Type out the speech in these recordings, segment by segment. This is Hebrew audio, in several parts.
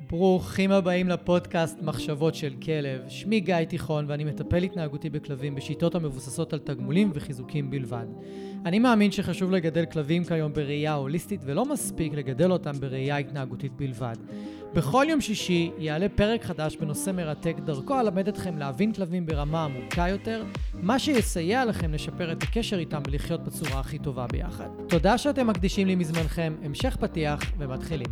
ברוכים הבאים לפודקאסט מחשבות של כלב. שמי גיא תיכון ואני מטפל התנהגותי בכלבים בשיטות המבוססות על תגמולים וחיזוקים בלבד. אני מאמין שחשוב לגדל כלבים כיום בראייה הוליסטית ולא מספיק לגדל אותם בראייה התנהגותית בלבד. בכל יום שישי יעלה פרק חדש בנושא מרתק, דרכו אלמד אתכם להבין כלבים ברמה עמוקה יותר, מה שיסייע לכם לשפר את הקשר איתם ולחיות בצורה הכי טובה ביחד. תודה שאתם מקדישים לי מזמנכם, המשך פתיח ומתחילים.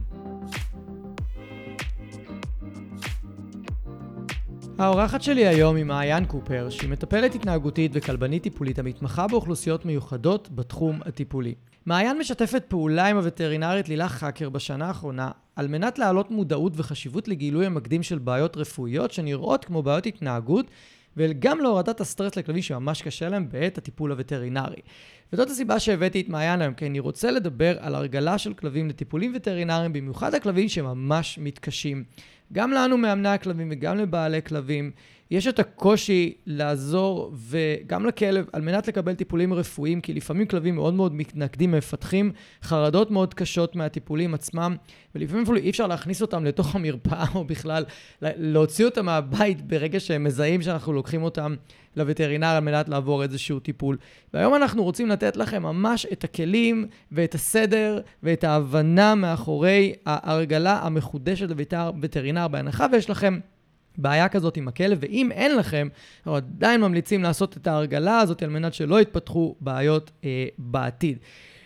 האורחת שלי היום היא מעיין קופר, שהיא מטפלת התנהגותית וכלבנית טיפולית המתמחה באוכלוסיות מיוחדות בתחום הטיפולי. מעיין משתפת פעולה עם הווטרינרית לילך חקר בשנה האחרונה, על מנת להעלות מודעות וחשיבות לגילוי המקדים של בעיות רפואיות שנראות כמו בעיות התנהגות, וגם להורדת הסטרס לכלבים שממש קשה להם בעת הטיפול הווטרינרי. וזאת הסיבה שהבאתי את מעיין היום, כי אני רוצה לדבר על הרגלה של כלבים לטיפולים וטרינריים, במיוחד הכלבים שממש מתקשים. גם לנו מאמני הכלבים וגם לבעלי כלבים, יש את הקושי לעזור וגם לכלב על מנת לקבל טיפולים רפואיים, כי לפעמים כלבים מאוד מאוד מתנגדים, מפתחים חרדות מאוד קשות מהטיפולים עצמם, ולפעמים אפילו אי אפשר להכניס אותם לתוך המרפאה או בכלל להוציא אותם מהבית ברגע שהם מזהים שאנחנו לוקחים אותם לווטרינר על מנת לעבור איזשהו טיפול. והיום אנחנו רוצים לתת לכם ממש את הכלים ואת הסדר ואת ההבנה מאחורי ההרגלה המחודשת לווטרינר, בהנחה ויש לכם בעיה כזאת עם הכלב, ואם אין לכם, אנחנו עדיין ממליצים לעשות את ההרגלה הזאת על מנת שלא יתפתחו בעיות בעתיד.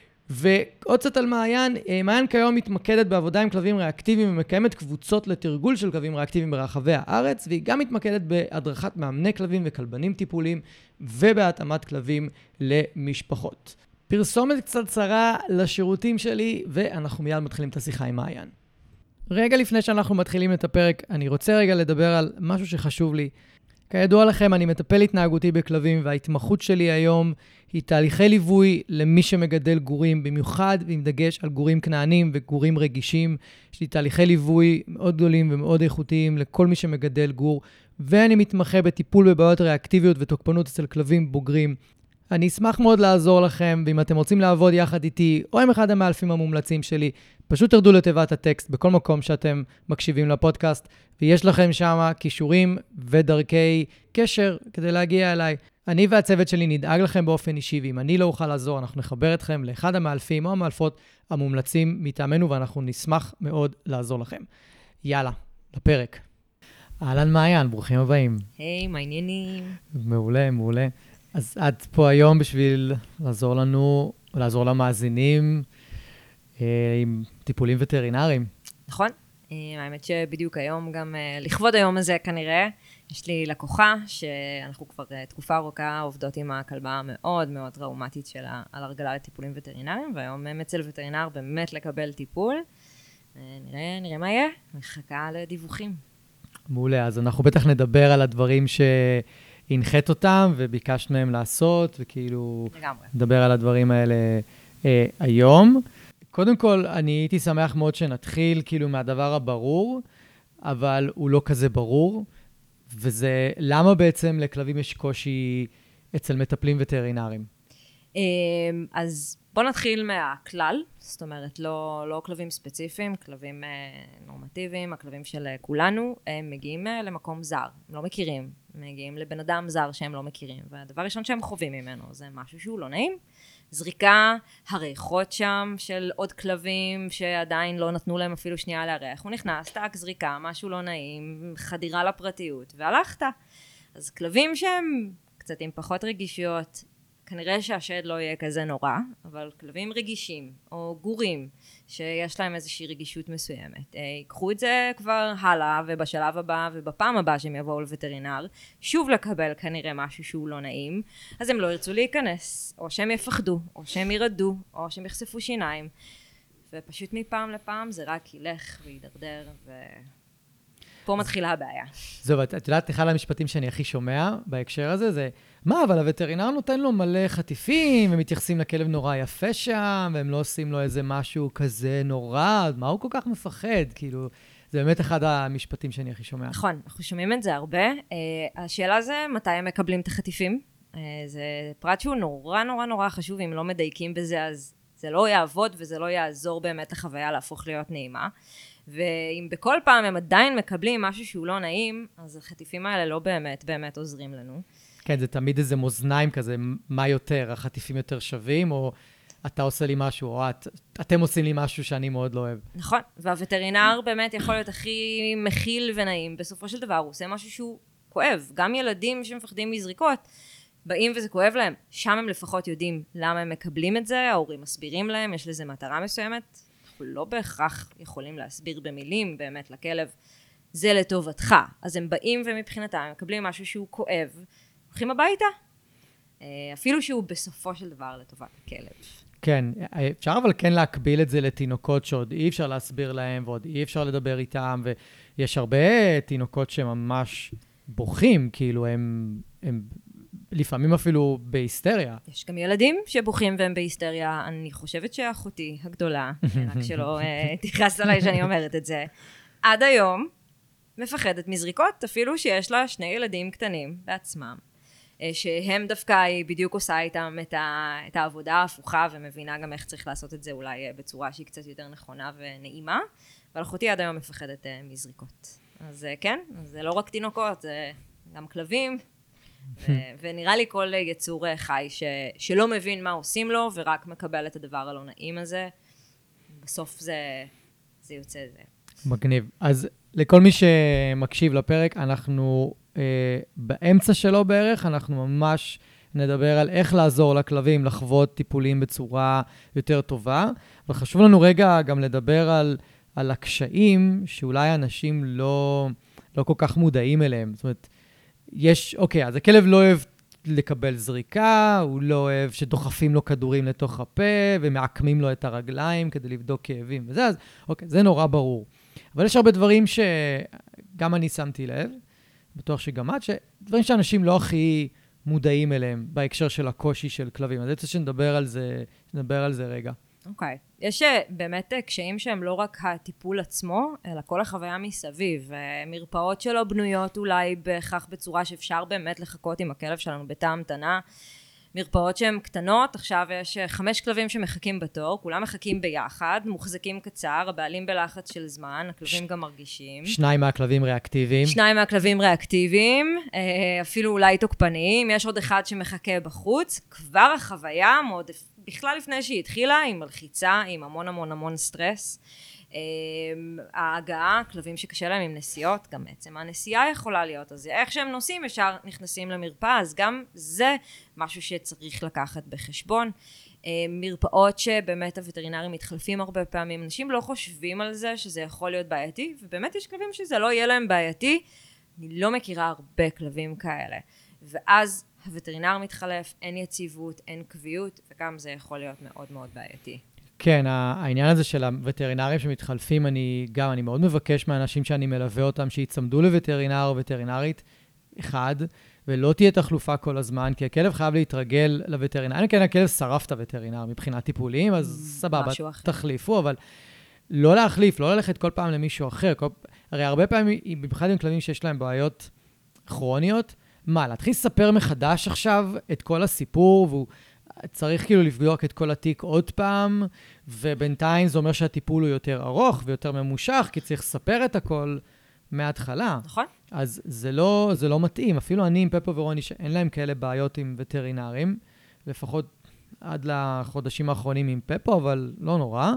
ועוד קצת על מעיין, מעיין כיום מתמקדת בעבודה עם כלבים ריאקטיביים ומקיימת קבוצות לתרגול של כלבים ריאקטיביים ברחבי הארץ, והיא גם מתמקדת בהדרכת מאמני כלבים וכלבנים טיפוליים ובהתאמת כלבים למשפחות. פרסומת קצת קצרה לשירותים שלי, ואנחנו מיד מתחילים את השיחה עם מעיין. רגע לפני שאנחנו מתחילים את הפרק, אני רוצה רגע לדבר על משהו שחשוב לי. כידוע לכם, אני מטפל התנהגותי בכלבים, וההתמחות שלי היום היא תהליכי ליווי למי שמגדל גורים, במיוחד עם דגש על גורים כנענים וגורים רגישים. יש לי תהליכי ליווי מאוד גדולים ומאוד איכותיים לכל מי שמגדל גור, ואני מתמחה בטיפול בבעיות ריאקטיביות ותוקפנות אצל כלבים בוגרים. אני אשמח מאוד לעזור לכם, ואם אתם רוצים לעבוד יחד איתי, או עם אחד המאלפים המומלצים שלי, פשוט תרדו לתיבת הטקסט בכל מקום שאתם מקשיבים לפודקאסט, ויש לכם שם קישורים ודרכי קשר כדי להגיע אליי. אני והצוות שלי נדאג לכם באופן אישי, ואם אני לא אוכל לעזור, אנחנו נחבר אתכם לאחד המאלפים או המאלפות המומלצים מטעמנו, ואנחנו נשמח מאוד לעזור לכם. יאללה, לפרק. אהלן מעיין, ברוכים הבאים. היי, מה העניינים? מעולה, מעולה. אז את פה היום בשביל לעזור לנו, לעזור למאזינים עם טיפולים וטרינריים. נכון. האמת שבדיוק היום, גם לכבוד היום הזה כנראה, יש לי לקוחה שאנחנו כבר תקופה ארוכה עובדות עם הכלבה המאוד מאוד טראומטית שלה על הרגלה לטיפולים וטרינריים, והיום אצל וטרינר באמת לקבל טיפול. נראה מה יהיה, מחכה לדיווחים. מעולה, אז אנחנו בטח נדבר על הדברים שהנחת אותם וביקשנו מהם לעשות, וכאילו לגמרי. נדבר על הדברים האלה היום. קודם כל, אני הייתי שמח מאוד שנתחיל כאילו מהדבר הברור, אבל הוא לא כזה ברור, וזה למה בעצם לכלבים יש קושי אצל מטפלים וטרינריים? אז בוא נתחיל מהכלל, זאת אומרת, לא כלבים ספציפיים, כלבים נורמטיביים, הכלבים של כולנו, הם מגיעים למקום זר, הם לא מכירים, מגיעים לבן אדם זר שהם לא מכירים, והדבר ראשון שהם חווים ממנו זה משהו שהוא לא נעים, זריקה, הריחות שם של עוד כלבים שעדיין לא נתנו להם אפילו שנייה להריח, הוא נכנס, טק, זריקה, משהו לא נעים, חדירה לפרטיות, והלכת. אז כלבים שהם קצת עם פחות רגישויות, כנראה שהשד לא יהיה כזה נורא, אבל כלבים רגישים או גורים שיש להם איזושהי רגישות מסוימת, ייקחו את זה כבר הלאה ובשלב הבא ובפעם הבאה שהם יבואו לווטרינר, שוב לקבל כנראה משהו שהוא לא נעים, אז הם לא ירצו להיכנס, או שהם יפחדו, או שהם ירדו, או שהם יחשפו שיניים, ופשוט מפעם לפעם זה רק ילך וידרדר פה מתחילה הבעיה. זהו, את יודעת, אחד המשפטים שאני הכי שומע בהקשר הזה, זה, מה, אבל הווטרינר נותן לו מלא חטיפים, ומתייחסים לכלב נורא יפה שם, והם לא עושים לו איזה משהו כזה נורא, מה הוא כל כך מפחד? כאילו, זה באמת אחד המשפטים שאני הכי שומע. נכון, אנחנו שומעים את זה הרבה. השאלה זה, מתי הם מקבלים את החטיפים? זה פרט שהוא נורא נורא נורא חשוב, אם לא מדייקים בזה, אז זה לא יעבוד, וזה לא יעזור באמת לחוויה להפוך להיות נעימה. ואם בכל פעם הם עדיין מקבלים משהו שהוא לא נעים, אז החטיפים האלה לא באמת, באמת עוזרים לנו. כן, זה תמיד איזה מאזניים כזה, מה יותר, החטיפים יותר שווים, או אתה עושה לי משהו, או אתם עושים לי משהו שאני מאוד לא אוהב. נכון, והווטרינר באמת יכול להיות הכי מכיל ונעים. בסופו של דבר הוא עושה משהו שהוא כואב. גם ילדים שמפחדים מזריקות, באים וזה כואב להם. שם הם לפחות יודעים למה הם מקבלים את זה, ההורים מסבירים להם, יש לזה מטרה מסוימת. אנחנו לא בהכרח יכולים להסביר במילים באמת לכלב, זה לטובתך. אז הם באים ומבחינתם הם מקבלים משהו שהוא כואב, הולכים הביתה. אפילו שהוא בסופו של דבר לטובת הכלב. כן, אפשר אבל כן להקביל את זה לתינוקות שעוד אי אפשר להסביר להם, ועוד אי אפשר לדבר איתם, ויש הרבה תינוקות שממש בוכים, כאילו הם לפעמים אפילו בהיסטריה. יש גם ילדים שבוכים והם בהיסטריה. אני חושבת שאחותי הגדולה, רק שלא תכעס עליי שאני אומרת את זה, עד היום מפחדת מזריקות, אפילו שיש לה 2 ילדים קטנים בעצמם. שהם דווקא היא בדיוק עושה איתם את העבודה ההפוכה, ומבינה גם איך צריך לעשות את זה אולי בצורה שהיא קצת יותר נכונה ונעימה, אבל אחותי עד היום מפחדת מזריקות. אז כן, זה לא רק תינוקות, זה גם כלבים, ונראה לי כל יצור חי שלא מבין מה עושים לו, ורק מקבל את הדבר הלא נעים הזה, בסוף זה יוצא זה. מגניב. אז לכל מי שמקשיב לפרק, אנחנו באמצע שלו בערך, אנחנו ממש נדבר על איך לעזור לכלבים לחוות טיפולים בצורה יותר טובה, וחשוב לנו רגע גם לדבר על הקשיים שאולי אנשים לא כל כך מודעים אליהם. זאת אומרת, אז הכלב לא אוהב לקבל זריקה, הוא לא אוהב שדוחפים לו כדורים לתוך הפה, ומעקמים לו את הרגליים כדי לבדוק כאבים וזה, אז זה נורא ברור. אבל יש הרבה דברים שגם אני שמתי לב, בטוח שגם את, דברים שאנשים לא הכי מודעים אליהם בהקשר של הקושי של כלבים. אז אני רוצה שנדבר על זה רגע. אוקיי. יש באמת קשיים שהם לא רק הטיפול עצמו, אלא כל החוויה מסביב. מרפאות שלו בנויות אולי בהכרח בצורה שאפשר באמת לחכות עם הכלב שלנו בתא המתנה. מרפאות שהן קטנות, עכשיו יש 5 כלבים שמחכים בתור, כולם מחכים ביחד, מוחזקים קצר, הבעלים בלחץ של זמן, הכלבים גם מרגישים. 2 מהכלבים ריאקטיביים. 2 מהכלבים ריאקטיביים, אפילו אולי תוקפניים, יש עוד אחד שמחכה בחוץ, כבר החוויה מאוד, בכלל לפני שהיא התחילה, היא מלחיצה, עם המון המון המון סטרס. ההגעה, כלבים שקשה להם עם נסיעות, גם בעצם הנסיעה יכולה להיות, אז איך שהם נוסעים ישר נכנסים למרפאה, אז גם זה משהו שצריך לקחת בחשבון. מרפאות שבאמת הווטרינרים מתחלפים הרבה פעמים, אנשים לא חושבים על זה שזה יכול להיות בעייתי, ובאמת יש כלבים שזה לא יהיה להם בעייתי, אני לא מכירה הרבה כלבים כאלה, ואז הווטרינר מתחלף, אין יציבות, אין קביעות, וגם זה יכול להיות מאוד מאוד בעייתי. כן, העניין הזה של הווטרינרים שמתחלפים, אני מאוד מבקש מהאנשים שאני מלווה אותם, שיצמדו לווטרינר או וטרינרית אחד, ולא תהיה תחלופה כל הזמן, כי הכלב חייב להתרגל לווטרינר. כן, הכלב שרף את הווטרינר מבחינת טיפולים, אז סבבה, תחליפו, אבל לא להחליף, לא ללכת כל פעם למישהו אחר. הרי הרבה פעמים, במיוחד עם כלבים שיש להם בעיות כרוניות, להתחיל לספר מחדש עכשיו את כל הסיפור, והוא צריך כאילו לבדוק את כל התיק עוד פעם, ובינתיים זה אומר שהטיפול הוא יותר ארוך ויותר ממושך, כי צריך לספר את הכל מההתחלה. נכון. אז זה לא מתאים. אפילו אני עם פפו ורוני, שאין להם כאלה בעיות עם וטרינרים, לפחות עד לחודשים האחרונים עם פפו, אבל לא נורא.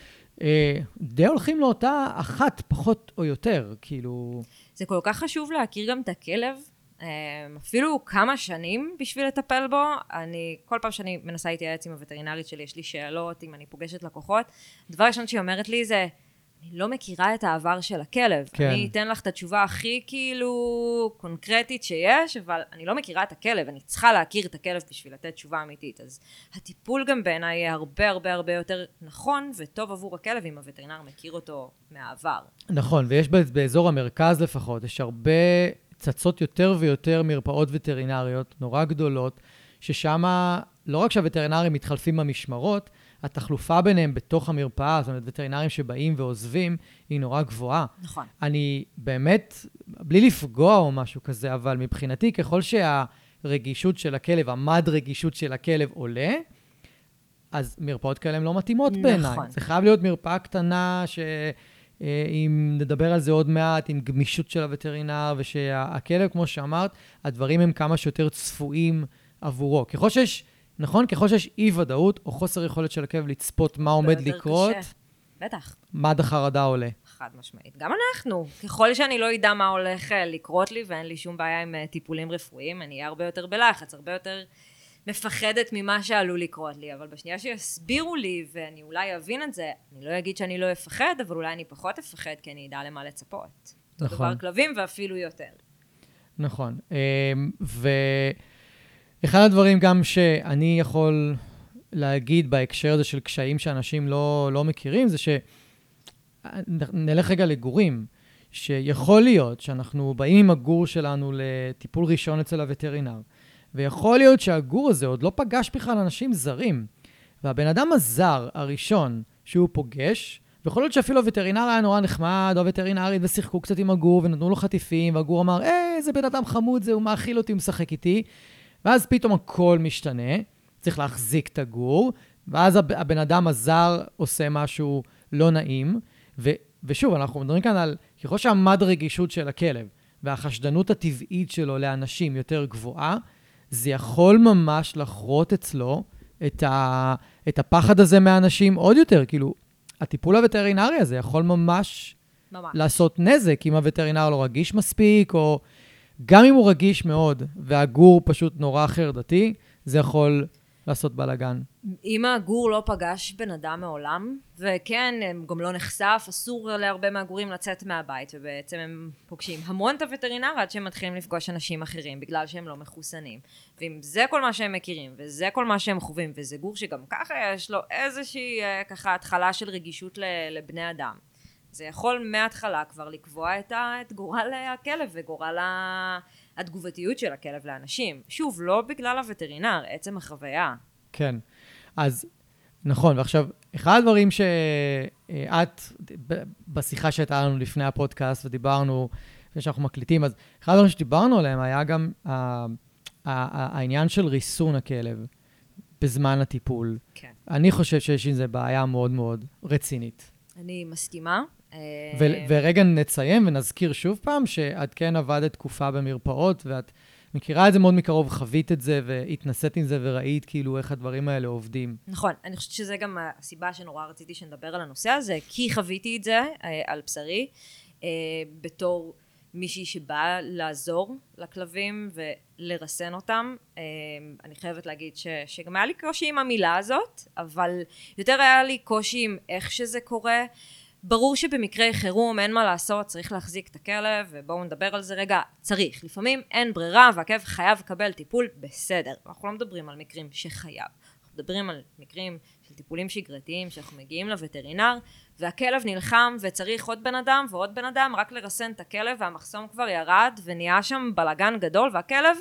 די הולכים לאותה אחת פחות או יותר, כאילו. זה כל כך חשוב להכיר גם את הכלב, אפילו כמה שנים בשביל לטפל בו. כל פעם שאני מנסה להתייעץ עם הווטרינרית שלי, יש לי שאלות, אם אני פוגשת לקוחות, הדבר ראשון שהיא אומרת לי זה, אני לא מכירה את העבר של הכלב. כן. אני אתן לך את התשובה הכי כאילו קונקרטית שיש, אבל אני לא מכירה את הכלב, אני צריכה להכיר את הכלב בשביל לתת תשובה אמיתית. אז הטיפול גם בעיניי יהיה הרבה הרבה הרבה יותר נכון וטוב עבור הכלב, אם הווטרינר מכיר אותו מהעבר. נכון, ויש באזור המרכז לפחות, יש הרבה צצות יותר ויותר מרפאות וטרינריות, נורא גדולות, ששם לא רק שהווטרינרים מתחלפים במשמרות, התחלופה ביניהם בתוך המרפאה, זאת אומרת, וטרינרים שבאים ועוזבים, היא נורא גבוהה. נכון. אני באמת, בלי לפגוע או משהו כזה, אבל מבחינתי, ככל שהרגישות של הכלב, המד רגישות של הכלב עולה, אז מרפאות כאלה הן לא מתאימות בעיניי. נכון. זה חייב להיות מרפאה קטנה אם נדבר על זה עוד מעט, עם גמישות של הווטרינר, ושהכלב, כמו שאמרת, הדברים הם כמה שיותר צפויים עבורו. ככל שיש, נכון? ככל שיש אי-ודאות, או חוסר יכולת של הכלב לצפות מה עומד לקרות, בטח. מד החרדה עולה. חד משמעית. גם אנחנו. ככל שאני לא ידע מה הולך לקרות לי, ואין לי שום בעיה עם טיפולים רפואיים, אני אהיה הרבה יותר בלחץ, הרבה יותר מפחדת ממה שעלול לקרות לי. אבל בשנייה שיסבירו לי, ואני אולי אבין את זה, אני לא אגיד שאני לא אפחד, אבל אולי אני פחות אפחד, כי אני אדע למה לצפות. נכון. דבר כלבים ואפילו יותר. נכון. ואחד הדברים גם שאני יכול להגיד בהקשר הזה של קשיים שאנשים לא מכירים, זה נלך רגע לגורים, שיכול להיות שאנחנו באים עם הגור שלנו לטיפול ראשון אצל הווטרינר, ויכול להיות שהגור הזה עוד לא פגש בכלל אנשים זרים, והבן אדם הזר הראשון שהוא פוגש, ויכול להיות שאפילו הווטרינר היה נורא נחמד, או הווטרינרית, ושיחקו קצת עם הגור, ונתנו לו חטיפים, והגור אמר, איזה בן אדם חמוד זה, הוא מאכיל אותי, הוא משחק איתי, ואז פתאום הכל משתנה, צריך להחזיק את הגור, ואז הבן אדם הזר עושה משהו לא נעים, ושוב, אנחנו מדברים כאן על ככל שהמד רגישות של הכלב, והחשדנות הטבעית שלו לאנשים יותר גבוהה, זה יכול ממש לחרות אצלו את הפחד הזה מהאנשים עוד יותר. כאילו, הטיפול הווטרינרי הזה יכול ממש לעשות נזק, אם הווטרינר לא רגיש מספיק, או גם אם הוא רגיש מאוד, והגור פשוט נורא חרדתי, זה יכול לעשות בלגן. אם הגור לא פגש בן אדם מעולם, וכן, הם גם לא נחשף, אסור להרבה מהגורים לצאת מהבית, ובעצם הם פוגשים המון את הווטרינר עד שהם מתחילים לפגוש אנשים אחרים, בגלל שהם לא מחוסנים. ואם זה כל מה שהם מכירים, וזה כל מה שהם חווים, וזה גור שגם ככה יש לו איזושהי ככה התחלה של רגישות לבני אדם. זה יכול מההתחלה כבר לקבוע את גורל הכלב וגורל התגובתיות של הכלב לאנשים. שוב, לא בגלל הווטרינר, עצם החוויה. כן, אז נכון, ועכשיו, אחד הדברים שאת, בשיחה שהייתה לנו לפני הפודקאסט ודיברנו, לפני שאנחנו מקליטים, אז אחד הדברים שדיברנו עליהם היה גם העניין של ריסון הכלב בזמן הטיפול. כן. אני חושב שיש עם זה בעיה מאוד מאוד רצינית. אני מסכימה. ורגע נציין ונזכיר שוב פעם שאת כן עבדת תקופה במרפאות, ואת מכירה את זה מאוד מקרוב, חווית את זה והתנסית עם זה וראית כאילו איך הדברים האלה עובדים. נכון, אני חושבת שזה גם הסיבה שנורא רציתי שנדבר על הנושא הזה, כי חוויתי את זה על בשרי, בתור מישהי שבאה לעזור לכלבים ולרסן אותם. אני חייבת להגיד שגם היה לי קושי עם המילה הזאת, אבל יותר היה לי קושי עם איך שזה קורה. ברור שבמקרה חירום אין מה לעשות, צריך להחזיק את הכלב, ובואו נדבר על זה רגע, צריך. לפעמים אין ברירה, והכלב חייב לקבל טיפול בסדר. אנחנו לא מדברים על מקרים שחייב. אנחנו מדברים על מקרים של טיפולים שגרתיים, שאנחנו מגיעים לווטרינר, והכלב נלחם וצריך עוד בן אדם ועוד בן אדם, רק לרסן את הכלב, והמחסום כבר ירד, ונהיה שם בלגן גדול, והכלב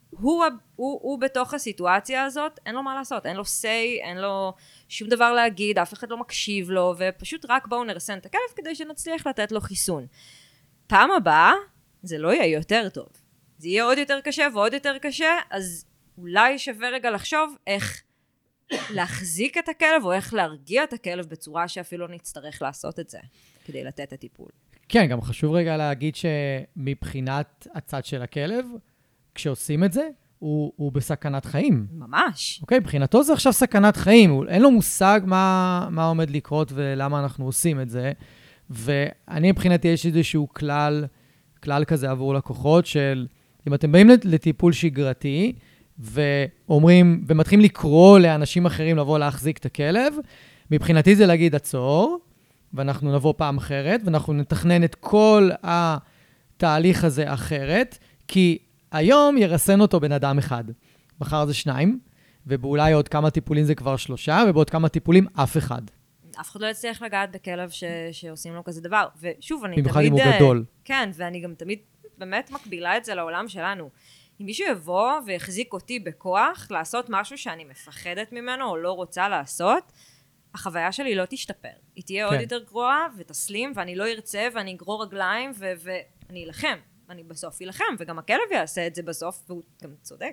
הוא בתוך הסיטואציה הזאת, אין לו מה לעשות, אין לו say, אין לו שום דבר להגיד, אף אחד לא מקשיב לו, ופשוט רק בואו נרסן את הכלב כדי שנצליח לתת לו חיסון. פעם הבאה, זה לא יהיה יותר טוב. זה יהיה עוד יותר קשה ועוד יותר קשה, אז אולי שווה רגע לחשוב איך להחזיק את הכלב, או איך להרגיע את הכלב בצורה שאפילו נצטרך לעשות את זה, כדי לתת את הטיפול. כן, גם חשוב רגע להגיד שמבחינת הצד של הכלב, כשעושים את זה, הוא בסכנת חיים. ממש. אוקיי, מבחינתו זה עכשיו סכנת חיים. אין לו מושג מה עומד לקרות ולמה אנחנו עושים את זה. ואני מבחינתי יש איזשהו כלל כזה עבור לקוחות של, אם אתם באים לטיפול שגרתי, ואומרים, ומתחילים לקרוא לאנשים אחרים לבוא להחזיק את הכלב, מבחינתי זה להגיד עצור, ואנחנו נבוא פעם אחרת, ואנחנו נתכנן את כל התהליך הזה אחרת, כי היום ירסן אותו בן אדם אחד. מחר זה 2, ובאולי עוד כמה טיפולים זה כבר 3, ובעוד כמה טיפולים אף אחד. אף אחד לא יצליח לגעת בכלב שעושים לו כזה דבר. ושוב, אני במיוחד אם הוא גדול. כן, ואני גם תמיד באמת מקבילה את זה לעולם שלנו. אם מישהו יבוא ויחזיק אותי בכוח לעשות משהו שאני מפחדת ממנו או לא רוצה לעשות, החוויה שלי לא תשתפר. היא תהיה עוד יותר גרועה ותסלים, ואני לא ארצה ואני אגרור רגליים ואני אלחם. אני בסוף אלחם, וגם הכלב יעשה את זה בסוף, והוא גם צודק.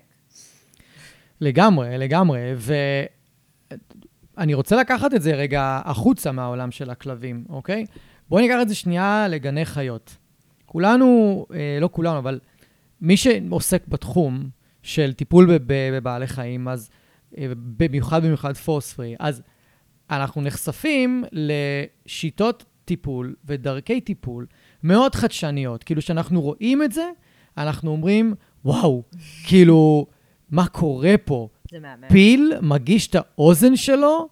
לגמרי. ואני רוצה לקחת את זה רגע החוצה מהעולם של הכלבים, אוקיי? בואו ניקח את זה שנייה לגני חיות. כולנו, לא כולנו, אבל מי שעוסק בתחום של טיפול בבעלי חיים, אז במיוחד פורס-פרי, אז אנחנו נחשפים לשיטות טיפול ודרכי טיפול מאוד חדשניות. כאילו שאנחנו רואים את זה, אנחנו אומרים, וואו, כאילו, מה קורה פה? זה מהמם. פיל מגיש את האוזן שלו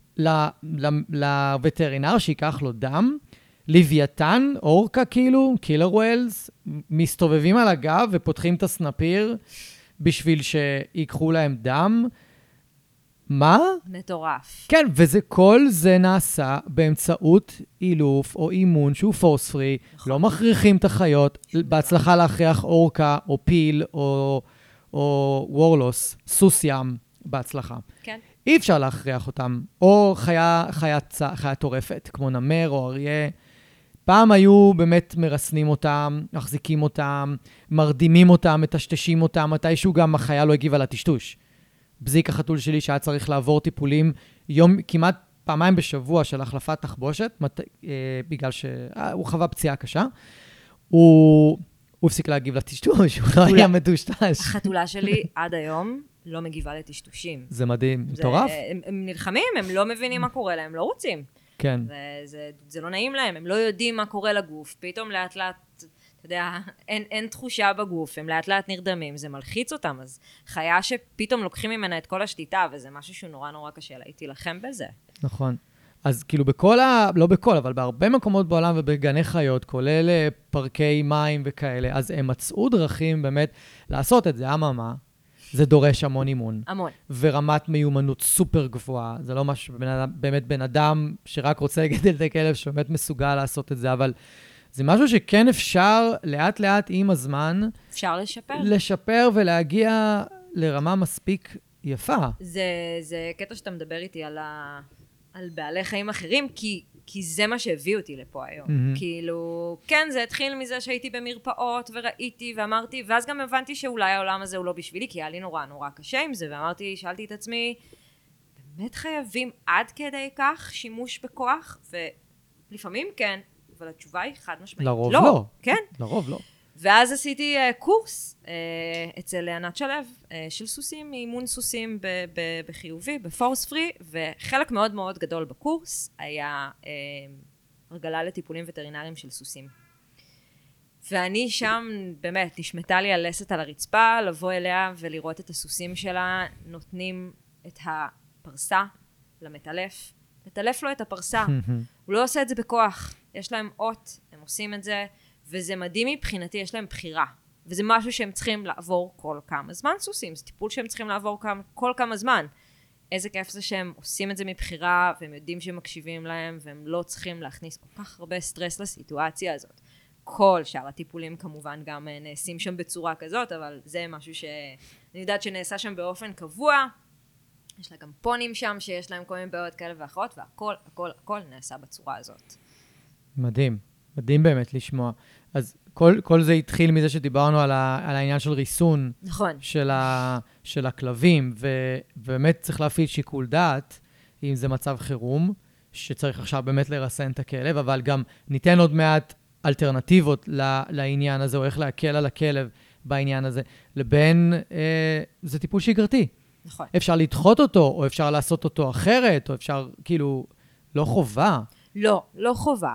לווטרינר שיקח לו דם, לוויתן, אורקה כאילו, קילר ווילס, מסתובבים על הגב ופותחים את הסנפיר בשביל שיקחו להם דם. מה? מטורף. כן, כל זה נעשה באמצעות אילוף או אימון שהוא פורס פרי, לא מכריחים את החיות, בהצלחה להכריח אורקה או פיל או וורלוס, סוס ים, בהצלחה. כן. אי אפשר להכריח אותם, או חיה טורפת, כמו נמר או אריה. פעם היו באמת מרסנים אותם, מחזיקים אותם, מרדימים אותם, מטשטשים אותם, מתישהו גם החיה לא הגיבה לטשטוש. בזיק החתול שלי שהיה צריך לעבור טיפולים כמעט פעמיים בשבוע של החלפת תחבושת, בגלל שהוא חווה פציעה קשה. הוא הפסיק להגיב לטשטוש, הוא לא היה מטושטש. החתולה שלי עד היום לא מגיבה לטשטושים. זה מדהים, מטורף. הם נלחמים, הם לא מבינים מה קורה להם, לא רוצים. כן. זה לא נעים להם, הם לא יודעים מה קורה לגוף, פתאום לאט לאט, אתה יודע, אין תחושה בגוף, הם לאט לאט נרדמים, זה מלחיץ אותם, אז חיה שפתאום לוקחים ממנה את כל השליטה, וזה משהו שהוא נורא נורא קשה, הייתי לכם בזה. נכון. אז כאילו לא בכל, אבל בהרבה מקומות בעולם ובגני חיות, כולל פארקי מים וכאלה, אז הם מצאו דרכים באמת לעשות את זה, אממה, זה דורש המון אימון. המון. ורמת מיומנות סופר גבוהה. זה לא משהו, באמת בן אדם שרק רוצה לגדל את הכלב, שבאמת מסוגל לעשות את זה, אבל זה משהו שכן אפשר לאט לאט עם הזמן. אפשר לשפר. לשפר ולהגיע לרמה מספיק יפה. זה קטע שאתה מדבר איתי על בעלי חיים אחרים, כי זה מה שהביא אותי לפה היום. כאילו, כן, זה התחיל מזה שהייתי במרפאות וראיתי ואמרתי, ואז גם הבנתי שאולי העולם הזה הוא לא בשבילי, כי היה לי נורא נורא קשה עם זה, ואמרתי, שאלתי את עצמי, באמת חייבים עד כדי כך שימוש בכוח? ולפעמים כן, אבל התשובה היא חד משמעית. לרוב לא. כן? לרוב לא. ואז עשיתי קורס אצל ענת שלו של סוסים, אימון סוסים בחיובי, בפורס פרי, וחלק מאוד מאוד גדול בקורס היה הרגלה לטיפולים וטרינריים של סוסים. ואני שם באמת נשמתה לי הלסת על הרצפה, לבוא אליה ולראות את הסוסים שלה, נותנים את הפרסה למטלף, לטלף לו את הפרסה. הוא לא עושה את זה בכוח, יש להם אות, הם עושים את זה, וזה מדהים מבחינתי, יש להם בחירה. וזה משהו שהם צריכים לעבור כל כמה זמן, סוסים. זה טיפול שהם צריכים לעבור כל כמה זמן. איזה כיף זה שהם עושים את זה מבחירה, והם יודעים שהם מקשיבים להם, והם לא צריכים להכניס כל כך הרבה סטרס לסיטואציה הזאת. כל שאר הטיפולים כמובן גם נעשים שם בצורה כזאת, אבל זה משהו שאני יודעת שנעשה שם באופן קבוע. יש לה גם פונים שם, שיש להם כל מיני בעיות כאלה ואחרות, והכל, הכל, הכל נעשה בצורה הזאת. מדהים. מדהים באמת לשמוע. אז כל זה התחיל מזה שדיברנו על העניין של ריסון. נכון. של הכלבים, ובאמת צריך להפעיל שיקול דעת, אם זה מצב חירום, שצריך עכשיו באמת לרסן את הכלב, אבל גם ניתן עוד מעט אלטרנטיבות לעניין הזה, או איך להקל על הכלב בעניין הזה, לבין זה טיפול שגרתי. נכון. אפשר לדחות אותו, או אפשר לעשות אותו אחרת, או אפשר, כאילו, לא חובה. לא חובה.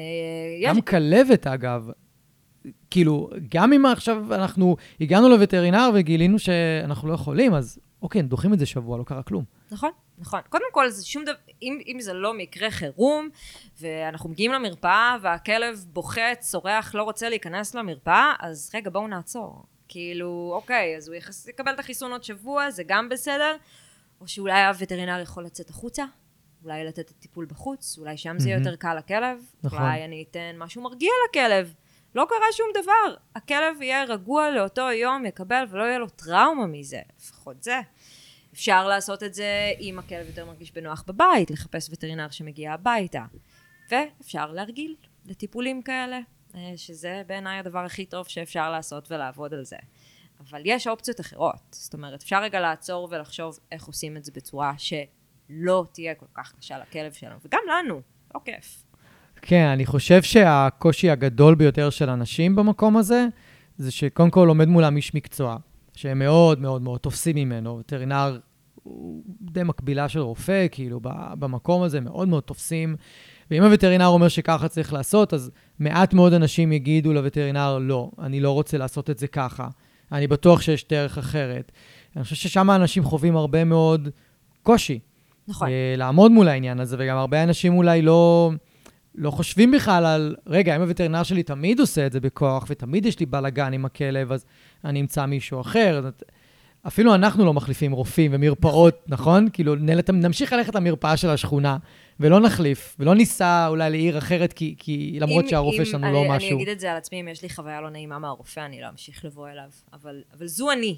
גם כלבת, אגב, כאילו, גם אם עכשיו אנחנו הגענו לווטרינר וגילינו שאנחנו לא יכולים, אז אוקיי, דוחים את זה שבוע, לא קרה כלום. נכון, נכון. קודם כל, זה שום דבר, אם זה לא מקרה חירום, ואנחנו מגיעים למרפאה, והכלב בוכה, צורח, לא רוצה להיכנס למרפאה, אז רגע, בואו נעצור. כאילו, אוקיי, אז הוא יקבל את החיסון עוד שבוע, זה גם בסדר, או שאולי הווטרינר יכול לצאת החוצה, אולי לתת את הטיפול בחוץ, אולי שם זה יותר קל לכלב, נכון. אולי אני אתן משהו מרגיע לכלב. לא קרה שום דבר. הכלב יהיה רגוע לאותו יום, יקבל, ולא יהיה לו טראומה מזה. לפחות זה. אפשר לעשות את זה אם הכלב יותר מרגיש בנוח בבית, לחפש וטרינר שמגיע הביתה. ואפשר להרגיל לטיפולים כאלה, שזה בעיניי הדבר הכי טוב שאפשר לעשות ולעבוד על זה. אבל יש אופציות אחרות. זאת אומרת, אפשר רגע לעצור ולחשוב איך עושים את זה בצורה שלא תהיה כל כך קשה לכלב שלנו. וגם לנו, לא כיף. כן, אני חושב שהקושי הגדול ביותר של אנשים במקום הזה, זה שקודם כל עומד מולם איש מקצוע, שהם מאוד מאוד מאוד תופסים ממנו. וטרינר הוא די מקבילה של רופא, כאילו במקום הזה מאוד מאוד תופסים. ואם הווטרינר אומר שככה צריך לעשות, אז מעט מאוד אנשים יגידו לווטרינר, לא, אני לא רוצה לעשות את זה ככה. אני בטוח שיש דרך אחרת. אני חושב ששם האנשים חווים הרבה מאוד קושי. נכון. לעמוד מול העניין הזה, וגם הרבה אנשים אולי לא חושבים בכלל על, רגע, אם הווטרינר שלי תמיד עושה את זה בכוח, ותמיד יש לי בלגן עם הכלב, אז אני אמצא מישהו אחר. אפילו אנחנו לא מחליפים רופאים ומרפאות, נכון? כאילו, נמשיך ללכת למרפאה של השכונה, ולא נחליף, ולא ניסע אולי לעיר אחרת, כי למרות שהרופא שלנו לא משהו. אני אגיד את זה על עצמי, אם יש לי חוויה לא נעימה מהרופא, אני לא אמשיך לבוא אליו. אבל זו אני.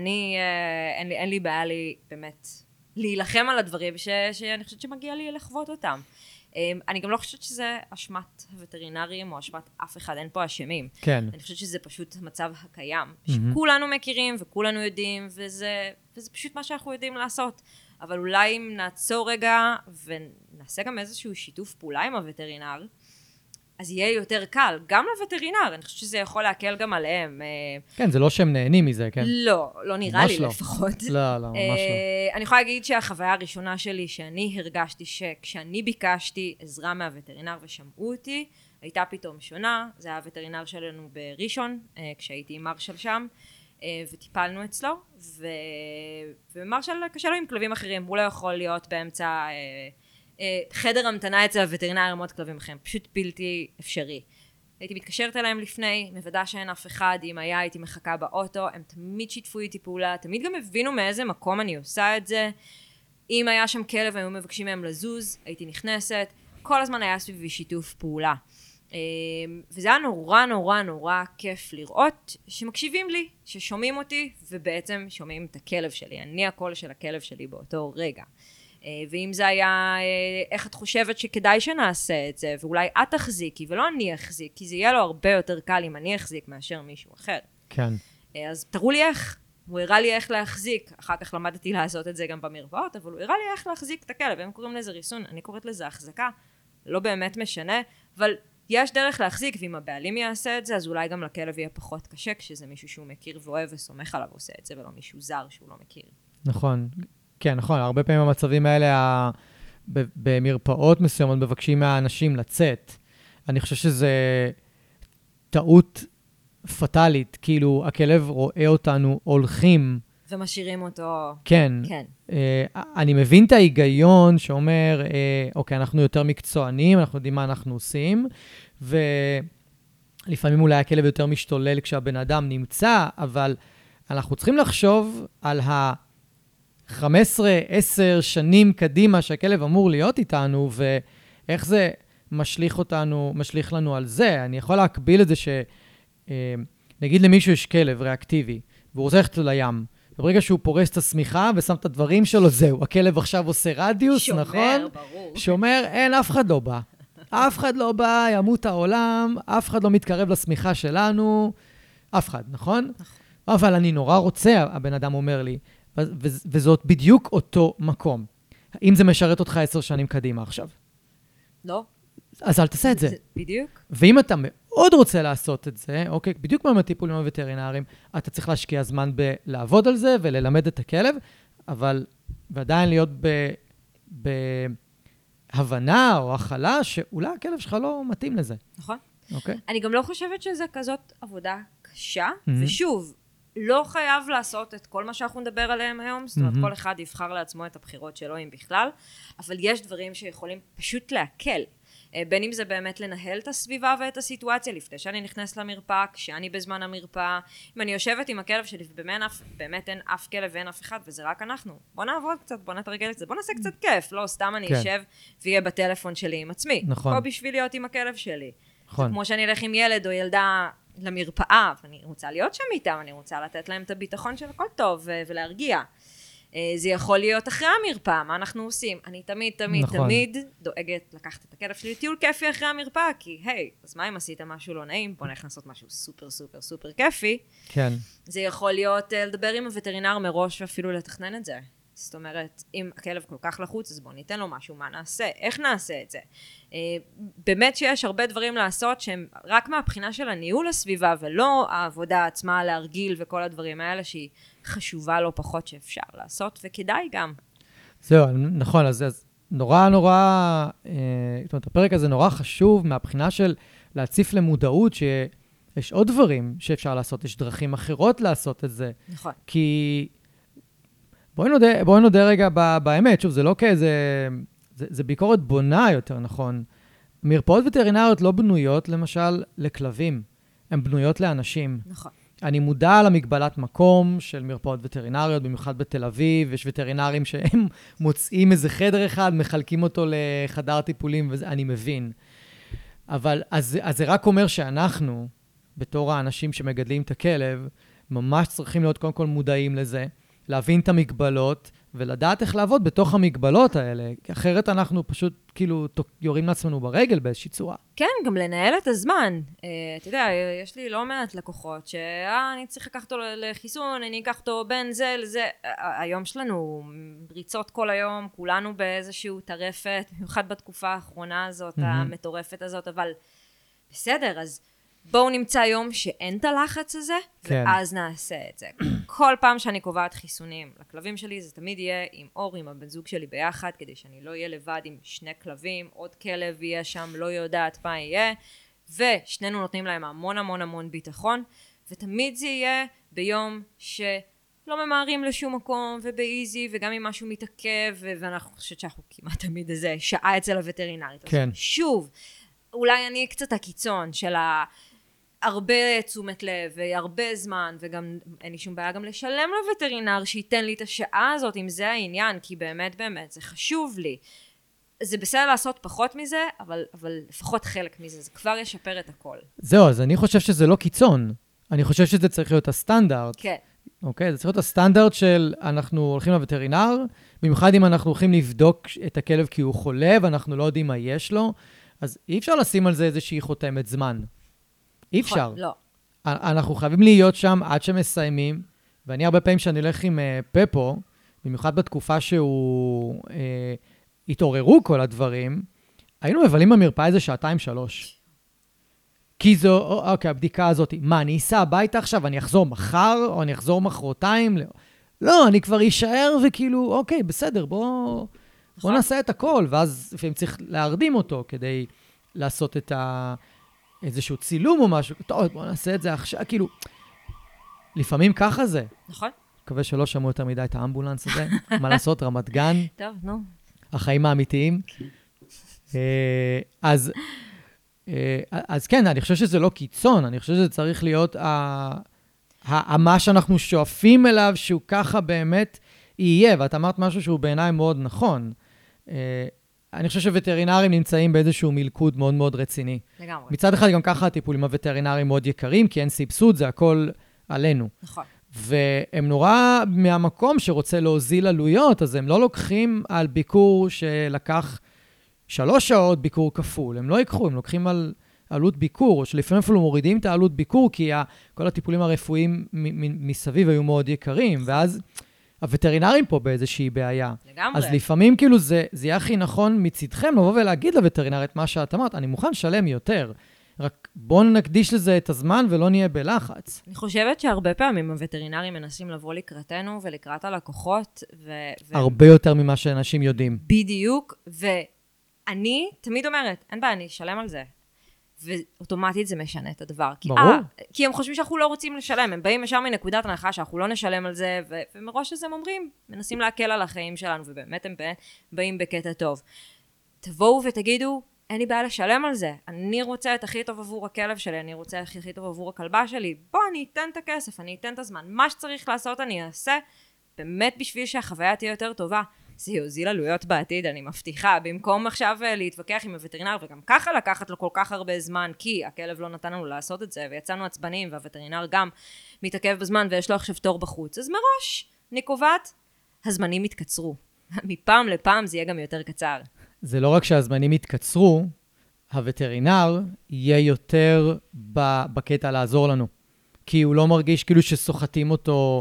אין לי בעיה באמת להילחם על הדברים שאני חושבת שמגיע לי לחוות אותם. אני גם לא חושבת שזה אשמת הווטרינרים או אשמת אף אחד, אין פה אשמים. כן. אני חושבת שזה פשוט המצב הקיים, שכולנו מכירים וכולנו יודעים, וזה פשוט מה שאנחנו יודעים לעשות. אבל אולי אם נעצור רגע ונעשה גם איזשהו שיתוף פעולה עם הווטרינר, אז יהיה יותר קל, גם לווטרינר, אני חושבת שזה יכול להקל גם עליהם. כן, זה לא שהם נהנים מזה, כן? לא נראה לי לפחות. לא, ממש לא. אני יכולה להגיד שהחוויה הראשונה שלי, שאני הרגשתי שכשאני ביקשתי עזרה מהווטרינר ושמעו אותי, הייתה פתאום שונה. זה היה הווטרינר שלנו בראשון, כשהייתי עם מרשל שם, וטיפלנו אצלו, ומרשל קשה לו עם כלבים אחרים, הוא לא יכול להיות באמצע חדר המתנה אצל הווטרינר עם עוד כלבים אחרים, פשוט בלתי אפשרי. הייתי מתקשרת אליהם לפני, מוודא שאין אף אחד, אם היה הייתי מחכה באוטו, הם תמיד שיתפו איתי פעולה, תמיד גם הבינו מאיזה מקום אני עושה את זה. אם היה שם כלב, היו מבקשים מהם לזוז, הייתי נכנסת, כל הזמן היה סביבי שיתוף פעולה. וזה היה נורא נורא נורא כיף לראות שמקשיבים לי, ששומעים אותי, ובעצם שומעים את הכלב שלי, אני הקול של הכלב שלי באותו רגע. ואם זה היה, איך את חושבת שכדאי שנעשה את זה, ואולי את תחזיקי ולא אני אחזיק, כי זה יהיה לו הרבה יותר קל אם אני אחזיק מאשר מישהו אחר. כן. אז תראו לי איך, הוא הראה לי איך להחזיק, אחר כך למדתי לעשות את זה גם במרפאות, אבל הוא הראה לי איך להחזיק את הכלב, הם קוראים לזה ריסון, אני קוראת לזה החזקה, לא באמת משנה, אבל יש דרך להחזיק, ואם הבעלים יעשה את זה, אז אולי גם לכלב יהיה פחות קשה, כשזה מישהו שהוא מכיר ואוהב וסומך עליו עושה את זה, ולא מישהו זר שהוא לא מכיר. נכון. כן, נכון. הרבה פעמים המצבים האלה, במרפאות מסוימות, מבקשים מהאנשים לצאת. אני חושב שזה טעות פטלית. כאילו, הכלב רואה אותנו הולכים. ומשאירים אותו. כן. כן. אני מבין את ההיגיון שאומר, אוקיי, אנחנו יותר מקצוענים, אנחנו יודעים מה אנחנו עושים, ולפעמים אולי הכלב יותר משתולל כשהבן אדם נמצא, אבל אנחנו צריכים לחשוב על 15, 10 שנים קדימה שהכלב אמור להיות איתנו, ואיך זה משליך לנו על זה. אני יכול להקביל את זה נגיד למישהו יש כלב ריאקטיבי, והוא רוצה ללכת לים, וברגע שהוא פורס את השמיכה ושם את הדברים שלו, זהו, הכלב עכשיו עושה רדיוס, שומר, נכון? ברור. שומר, אין, אף אחד לא בא. אף אחד לא בא, ימות העולם, אף אחד לא מתקרב לשמיכה שלנו, אף אחד, נכון? נכון. אבל אני נורא רוצה, הבן אדם אומר לי, וזאת בדיוק אותו מקום. האם זה משרת אותך 10 שנים קדימה עכשיו? לא. אז אל תעשה את זה. בדיוק. ואם אתה מאוד רוצה לעשות את זה, אוקיי, בדיוק כמו עם הטיפולים הווטרינריים, אתה צריך להשקיע זמן בלעבוד על זה וללמד את הכלב, אבל ועדיין להיות בהבנה או הכלה שאולי הכלב שלך לא מתאים לזה. נכון. אוקיי? אני גם לא חושבת שזה כזאת עבודה קשה, ושוב, לא חייב לעשות את כל מה שאנחנו נדבר עליהם היום, זאת אומרת, כל אחד יבחר לעצמו את הבחירות שלו, אם בכלל, אבל יש דברים שיכולים פשוט להקל. בין אם זה באמת לנהל את הסביבה ואת הסיטואציה, לפני שאני נכנס למרפאה, כשאני בזמן המרפאה, אם אני יושבת עם הכלב שלי, ובאמת אין אף כלב ואין אף אחד, וזה רק אנחנו. בוא נעבוד קצת, בוא נתרגל קצת, בוא נעשה קצת כיף, לא סתם אני אשב ויהיה בטלפון שלי עם עצמי. נכון. פה בשביל להיות עם הכלב שלי. נכון. זה כמו שאני אלך עם ילד או ילדה למרפאה, ואני רוצה להיות שם איתם, אני רוצה לתת להם את הביטחון של הכל טוב ולהרגיע. זה יכול להיות אחרי המרפאה, מה אנחנו עושים? אני תמיד דואגת לקחת את הכלב שלי טיול כיפי אחרי המרפאה, כי היי, אז מה אם עשית משהו לא נעים? בוא נלך לעשות משהו סופר סופר סופר כיפי. כן. זה יכול להיות לדבר עם הווטרינר מראש ואפילו לתכנן את זה. זאת אומרת, אם הכלב כל כך לחוץ, אז בוא ניתן לו משהו, מה נעשה? איך נעשה את זה? באמת שיש הרבה דברים לעשות שהם רק מהבחינה של הניהול הסביבה, ולא העבודה עצמה להרגיל וכל הדברים האלה שהיא חשובה לא פחות שאפשר לעשות, וכדאי גם. זהו, נכון, אז נורא, זאת אומרת, הפרק הזה נורא חשוב מהבחינה של להציף למודעות שיש עוד דברים שאפשר לעשות, יש דרכים אחרות לעשות את זה. נכון. כי בואי נודה רגע באמת, שוב, זה לא כאיזה, זה ביקורת בונה יותר, נכון. מרפאות וטרינריות לא בנויות, למשל, לכלבים. הן בנויות לאנשים. נכון. אני מודע למגבלת מקום של מרפאות וטרינריות, במיוחד בתל אביב, יש וטרינרים שהם מוצאים איזה חדר אחד, מחלקים אותו לחדר טיפולים, ואני מבין. אבל אז זה רק אומר שאנחנו, בתור האנשים שמגדלים את הכלב, ממש צריכים להיות קודם כל מודעים לזה, להבין את המגבלות, ולדעת איך לעבוד בתוך המגבלות האלה, כי אחרת אנחנו פשוט כאילו יורים לעצמנו ברגל באיזושהי צורה. כן, גם לנהל את הזמן. אתה יודע, יש לי לא מעט לקוחות אני צריך לקחת אותו לחיסון, אני אקח אותו בין זה לזה. היום שלנו ריצות כל היום, כולנו באיזשהו טרפת, במיוחד בתקופה האחרונה הזאת, המטורפת הזאת, אבל בסדר, אז בואו נמצא יום שאין את הלחץ הזה, כן. ואז נעשה את זה. כל פעם שאני קובעת חיסונים לכלבים שלי, זה תמיד יהיה עם אור, עם הבן זוג שלי ביחד, כדי שאני לא אהיה לבד עם שני כלבים, עוד כלב יהיה שם, לא יודעת מה יהיה, ושנינו נותנים להם המון המון המון ביטחון, ותמיד זה יהיה ביום שלא ממהרים לשום מקום, ובאיזי, וגם אם משהו מתעכב, ואנחנו חושבת שאנחנו כמעט תמיד איזה שעה אצל הווטרינרית. כן. שוב, אולי אני קצת הקיצון של הרבה תשומת לב והרבה זמן, וגם אין לי שום בעיה גם לשלם לווטרינר שייתן לי את השעה הזאת, אם זה העניין, כי באמת זה חשוב לי. זה בסדר לעשות פחות מזה, אבל לפחות חלק מזה, זה כבר ישפר את הכל. זהו, אז אני חושב שזה לא קיצון. אני חושב שזה צריך להיות הסטנדרט. כן. אוקיי? זה צריך להיות הסטנדרט של אנחנו הולכים לווטרינר, במיוחד אם אנחנו הולכים לבדוק את הכלב כי הוא חולה, ואנחנו לא יודעים מה יש לו, אז אי אפשר לשים על זה איזושהי חותמת זמן. אי אפשר. לא. אנחנו חייבים להיות שם עד שמסיימים, ואני הרבה פעמים שאני הולך עם פפו, במיוחד בתקופה שהוא התעוררו כל הדברים, היינו מבלים במרפאה איזה 2-3. כי זו, אוקיי, הבדיקה הזאת, מה, אני אסע הביתה עכשיו, אני אחזור מחר, או אני אחזור מחרתיים? לא, אני כבר אשאר, וכאילו, אוקיי, בסדר, בוא נעשה את הכל, ואז לפעמים צריך להרדים אותו, כדי לעשות את איזשהו צילום או משהו, טוב, בוא נעשה את זה עכשיו, כאילו, לפעמים ככה זה. נכון. מקווה שלא שמעו יותר מדי את האמבולנס הזה, מה לעשות, רמת גן. טוב, נו. החיים האמיתיים. אז כן, אני חושב שזה לא קיצון, אני חושב שזה צריך להיות מה שאנחנו שואפים אליו, שהוא ככה באמת יהיה, ואת אמרת משהו שהוא בעיניי מאוד נכון. אני חושב שווטרינרים נמצאים באיזשהו מלכוד מאוד מאוד רציני. לגמרי. מצד אחד גם ככה הטיפולים הווטרינריים מאוד יקרים, כי אין סבסוד, זה הכל עלינו. נכון. והם נורא מהמקום שרוצה להוזיל עלויות, אז הם לא לוקחים על ביקור שלקח 3 שעות ביקור כפול. הם לא יקחו, הם לוקחים על עלות ביקור, או שלפעמים אפילו מורידים את העלות ביקור, כי כל הטיפולים הרפואיים מסביב היו מאוד יקרים, ואז הווטרינרים פה באיזושהי בעיה. לגמרי. אז לפעמים כאילו זה יהיה הכי נכון מצדכם לבוא ולהגיד לווטרינר את מה שאת אמרת, אני מוכן לשלם יותר, רק בואו נקדיש לזה את הזמן ולא נהיה בלחץ. אני חושבת שהרבה פעמים הווטרינרים מנסים לבוא לקראתנו ולקראת הלקוחות. הרבה יותר ממה שאנשים יודעים. בדיוק, ואני תמיד אומרת, אין בעיה, אני אשלם על זה. ואוטומטית זה משנה את הדבר. ברור. כי הם חושבים שאנחנו לא רוצים לשלם, הם באים ישר מנקודת הנחה שאנחנו לא נשלם על זה, ומראש אז הם אומרים, מנסים להקל על החיים שלנו, ובאמת הם באים בקטע טוב. תבואו ותגידו, אין לי בעיה לשלם על זה, אני רוצה את הכי טוב עבור הכלב שלי, אני רוצה את הכי טוב עבור הכלבה שלי, בוא, אני אתן את הכסף, אני אתן את הזמן, מה שצריך לעשות אני אעשה, באמת בשביל שהחוויה תהיה יותר טובה. זה יוזיל עלויות בעתיד, אני מבטיחה, במקום עכשיו להתווכח עם הווטרינר, וגם ככה לקחת לו כל כך הרבה זמן, כי הכלב לא נתן לנו לעשות את זה, ויצאנו עצבנים, והווטרינר גם מתעכב בזמן, ויש לו עכשיו תור בחוץ. אז מראש, אני קובעת, הזמנים יתקצרו. מפעם לפעם זה יהיה גם יותר קצר. זה לא רק שהזמנים יתקצרו, הווטרינר יהיה יותר בקטע לעזור לנו. כי הוא לא מרגיש כאילו שסוחטים אותו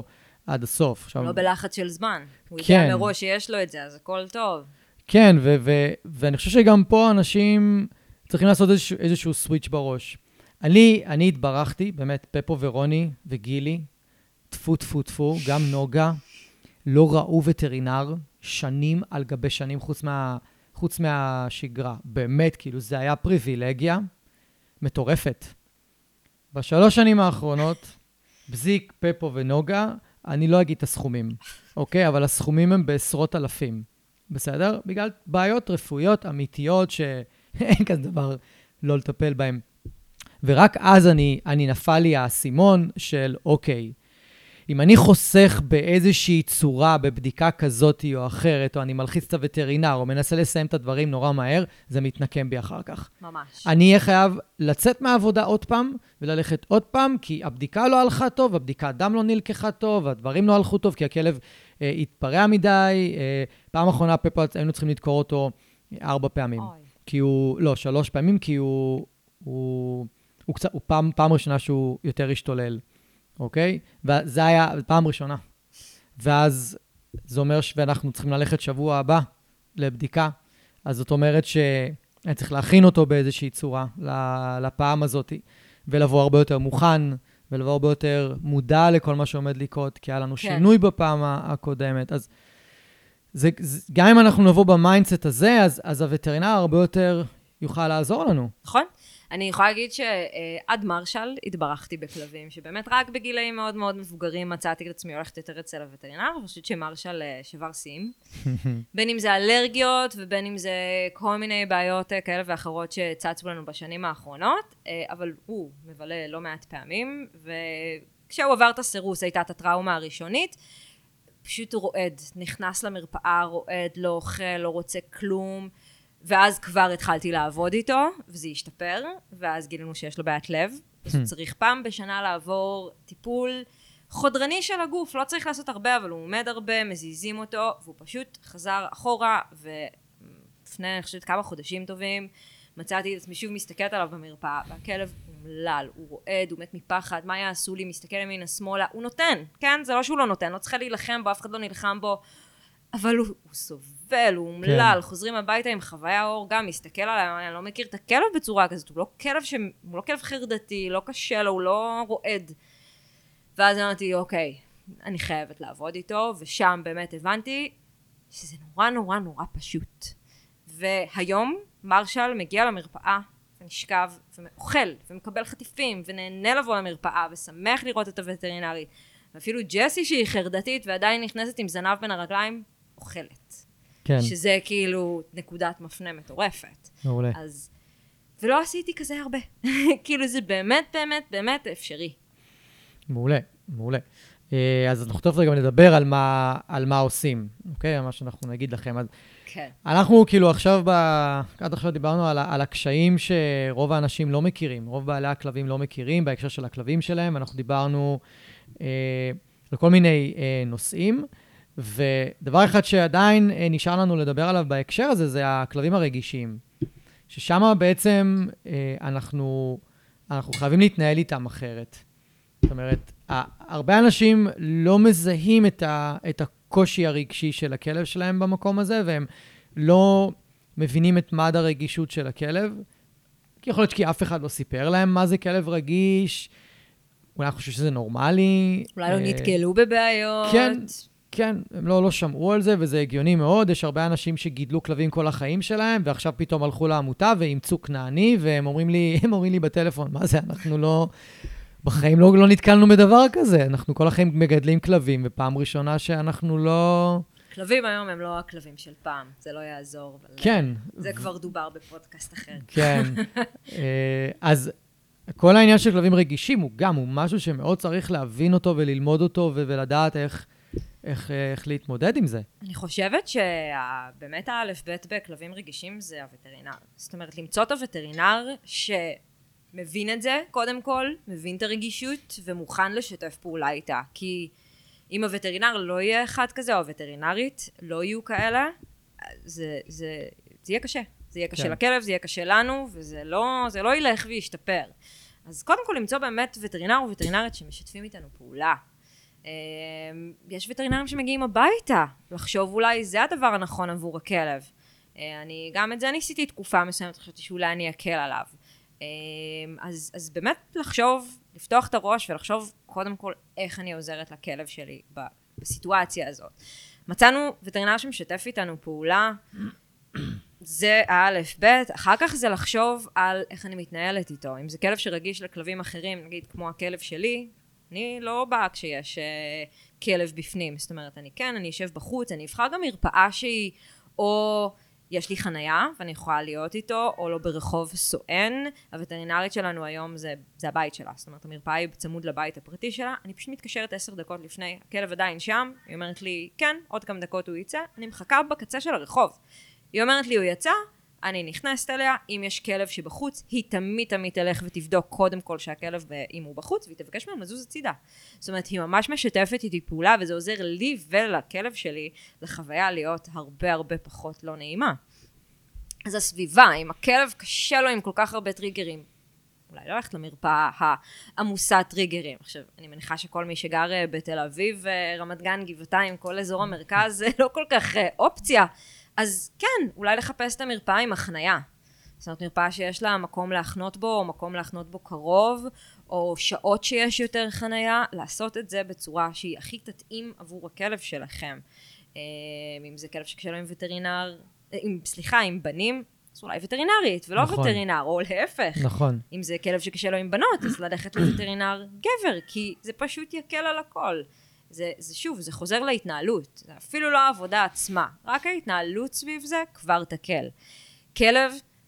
עד הסוף. עכשיו, לא בלחץ של זמן. הוא כן. יודע מראש שיש לו את זה, אז הכל טוב. כן, ואני חושב שגם פה אנשים צריכים לעשות איזשהו סוויץ' בראש. אני התברכתי, באמת, פפו ורוני וגילי, טפו, טפו, טפו, גם נוגה, לא ראו וטרינר שנים על גבי שנים חוץ מהשגרה. באמת, כאילו, זה היה פריבילגיה מטורפת. בשלוש שנים האחרונות, בזיק, פפו ונוגה, אני לא אגיד את הסכומים, אוקיי? אבל הסכומים הם בעשרות אלפים, בסדר? בגלל בעיות רפואיות אמיתיות שאין כזה דבר לא לטפל בהם. ורק אז אני נפל לי האסימון של, אוקיי, אם אני חוסך באיזושהי צורה, בבדיקה כזאת או אחרת, או אני מלחיץ את הווטרינר, או מנסה לסיים את הדברים נורא מהר, זה מתנקם בי אחר כך. ממש. אני אהיה חייב לצאת מהעבודה עוד פעם, וללכת עוד פעם, כי הבדיקה לא הלכה טוב, הבדיקה דם לא נלקחה טוב, הדברים לא הלכו טוב, כי הכלב התפרע מדי. פעם אחרונה פפו היינו צריכים לדקור אותו 4 פעמים. אוי. כי הוא, לא, 3 פעמים, כי הוא פעם ראשונה שהוא יותר השתולל. אוקיי? וזה היה פעם ראשונה. ואז זה אומר שאנחנו צריכים ללכת שבוע הבא לבדיקה. אז זאת אומרת שאני צריך להכין אותו באיזושהי צורה לפעם הזאת, ולבוא הרבה יותר מוכן, ולבוא הרבה יותר מודע לכל מה שעומד לקרות, כי היה לנו שינוי בפעם הקודמת. אז גם אם אנחנו נבוא במיינדסט הזה, אז הווטרינר הרבה יותר יוכל לעזור לנו. נכון? אני יכולה להגיד שעד מרשל התברכתי בכלבים, שבאמת רק בגילאים מאוד מאוד מבוגרים מצאתי את עצמי הולכת יותר אצל הווטרינר, ואני חושבת שמרשל שבר שיאים. בין אם זה אלרגיות, ובין אם זה כל מיני בעיות כאלה ואחרות שצצו לנו בשנים האחרונות, אבל הוא מבלה לא מעט פעמים, וכשהוא עבר את הסירוס הייתה את הטראומה הראשונית, פשוט הוא רועד, נכנס למרפאה, רועד, לא אוכל, לא רוצה כלום, ואז כבר התחלתי לעבוד איתו, וזה השתפר, ואז גילינו שיש לו בעיית לב, אז הוא צריך פעם בשנה לעבור טיפול חודרני של הגוף, לא צריך לעשות הרבה, אבל הוא עומד הרבה, מזיזים אותו, והוא פשוט חזר אחורה, ולפני, אני חושבת, כמה חודשים טובים, מצאתי את עצמי שוב מסתכלת עליו במרפאה, והכלב אומלל, הוא רועד, הוא מת מפחד, מה יעשו לי, מסתכל ימינה שמאלה, הוא נותן, כן? זה לא שהוא לא נותן, לא צריכה להילחם בו, אף אחד לא נלחם בו, אבל הוא סובל, הוא אומלל, כן. חוזרים הביתה עם חוויה אור, גם מסתכל עליי, אני לא מכיר את הכלב בצורה כזאת, הוא לא כלב חרדתי, לא קשה לו, הוא לא רועד. ואז אמרתי, אוקיי, אני חייבת לעבוד איתו, ושם באמת הבנתי שזה נורא נורא נורא פשוט. והיום מרשל מגיע למרפאה, ונשכב, ואוכל, ומקבל חטיפים, ונהנה לבוא למרפאה, ושמח לראות את הווטרינרי. ואפילו ג'סי שהיא חרדתית, ועדיין נכנסת עם זנב בין הרגליים, אוכלת. כן. שזה כאילו נקודת מפנה מטורפת. מעולה. אז, ולא עשיתי כזה הרבה. כאילו זה באמת, באמת, באמת אפשרי. מעולה, מעולה. אז אנחנו תכף גם נדבר על מה עושים, אוקיי? מה שאנחנו נגיד לכם. אז כן. אנחנו כאילו עד עכשיו דיברנו על הקשיים שרוב האנשים לא מכירים, רוב בעלי הכלבים לא מכירים בהקשר של הכלבים שלהם, אנחנו דיברנו על כל מיני נושאים, ודבר אחד שעדיין נשאר לנו לדבר עליו בהקשר הזה, זה הכלבים הרגישים, ששם בעצם אנחנו חייבים להתנהל איתם אחרת. זאת אומרת, הרבה אנשים לא מזהים את הקושי הרגשי של הכלב שלהם במקום הזה, והם לא מבינים את מד הרגישות של הכלב, כי יכול להיות כי אף אחד לא סיפר להם מה זה כלב רגיש, אולי אנחנו חושבים שזה נורמלי. אולי לא נתקלו בבעיות. כן, הם לא שמעו על זה, וזה הגיוני מאוד. יש הרבה אנשים שגידלו כלבים כל החיים שלהם, ועכשיו פתאום הלכו לעמותה ואימצו כנעני, והם אומרים לי בטלפון, מה זה, אנחנו לא... בחיים לא נתקלנו בדבר כזה. אנחנו כל החיים מגדלים כלבים, ופעם ראשונה שאנחנו לא... כלבים היום הם לא הכלבים של פעם, זה לא יעזור. אבל כן. זה כבר דובר בפודקאסט אחר. כן. אז כל העניין של כלבים רגישים הוא משהו שמאוד צריך להבין אותו וללמוד אותו ולדעת איך להתמודד עם זה. אני חושבת שבאמת האלף בית בכלבים רגישים זה הווטרינר. זאת אומרת, למצוא את הווטרינר שמבין את זה, קודם כל, מבין את הרגישות ומוכן לשתף פעולה איתה. כי אם הווטרינר לא יהיה אחד כזה, או הווטרינרית לא יהיו כאלה, זה יהיה קשה. זה יהיה קשה לכלב, זה יהיה קשה לנו, וזה לא ילך וישתפר. אז קודם כל למצוא באמת וטרינר או וטרינרית שמשתפים איתנו פעולה. יש וטרינרים שמגיעים הביתה, לחשוב אולי זה הדבר הנכון עבור הכלב. אני גם את זה ניסיתי תקופה מסוימת, חשבתי שאולי אני אקל עליו. אז באמת לחשוב, לפתוח את הראש ולחשוב קודם כל איך אני עוזרת לכלב שלי בסיטואציה הזאת. מצאנו וטרינר שמשתף איתנו פעולה, זה האלף בית, אחר כך זה לחשוב על איך אני מתנהלת איתו. אם זה כלב שרגיש לכלבים אחרים, נגיד כמו הכלב שלי, אני לא באה כשיש כלב בפנים. זאת אומרת, אני אשב בחוץ, אני אבחר גם מרפאה שהיא, או יש לי חנייה ואני יכולה להיות איתו, או לא ברחוב סואן. הווטרינרית שלנו היום זה הבית שלה. זאת אומרת, המרפאה היא בצמוד לבית הפרטי שלה. אני פשוט מתקשרת 10 דקות לפני, הכלב עדיין שם, היא אומרת לי, כן, עוד כמה דקות הוא יצא, אני מחכה בקצה של הרחוב. היא אומרת לי, הוא יצא, אני נכנסת אליה, אם יש כלב שבחוץ, היא תמיד תלך ותבדוק קודם כל שהכלב, אם הוא בחוץ, והיא תבקש מהם לזוז הצידה. זאת אומרת, היא ממש משתפת איתי פעולה, וזה עוזר לי ולכלב שלי, לחוויה להיות הרבה פחות לא נעימה. אז הסביבה, אם הכלב קשה לו עם כל כך הרבה טריגרים, אולי לא הולכת למרפאה העמוסת טריגרים. עכשיו, אני מניחה שכל מי שגר בתל אביב, רמת גן, גבעתיים, כל אזור המרכז, זה לא כל כך אופציה. אז כן, אולי לחפש את המרפאה עם החנייה. זאת אומרת, מרפאה שיש לה מקום להחנות בו, או מקום להחנות בו קרוב, או שעות שיש יותר חנייה, לעשות את זה בצורה שהיא הכי תתאים עבור הכלב שלכם. אם זה כלב שקשה לו עם וטרינר, עם בנים, אז אולי וטרינרית, ולא נכון. וטרינר, או להפך. נכון. אם זה כלב שקשה לו עם בנות, אז ללכת לווטרינר גבר, כי זה פשוט יקל על הכל. זה שוב, זה חוזר להתנהלות. זה אפילו לא העבודה עצמה. רק ההתנהלות סביב זה כבר תקל. כלב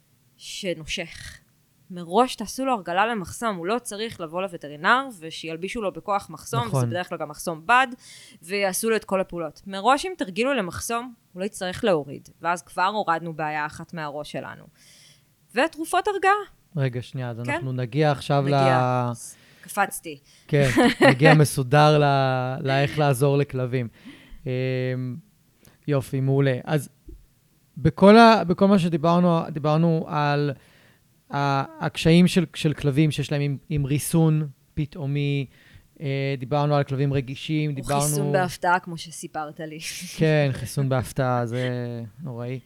שנושך. מראש תעשו לו הרגלה למחסום. הוא לא צריך לבוא לווטרינר ושילבישו לו בכוח מחסום, נכון. וזה בדרך כלל גם מחסום בד, ויעשו לו את כל הפעולות. מראש אם תרגילו למחסום, הוא לא יצטרך להוריד. ואז כבר הורדנו בעיה אחת מהראש שלנו. ותרופות הרגעה. רגע, שנייה, אז כן? אנחנו נגיע עכשיו קפצתי. כן, נגיע מסודר לאיך לעזור לכלבים. יופי, מעולה. אז בכל מה שדיברנו על הקשיים של כלבים שיש להם עם ריסון פתאומי, דיברנו על כלבים רגישים, או חיסון בהפתעה, כמו שסיפרת לי. כן, חיסון בהפתעה, זה נוראי.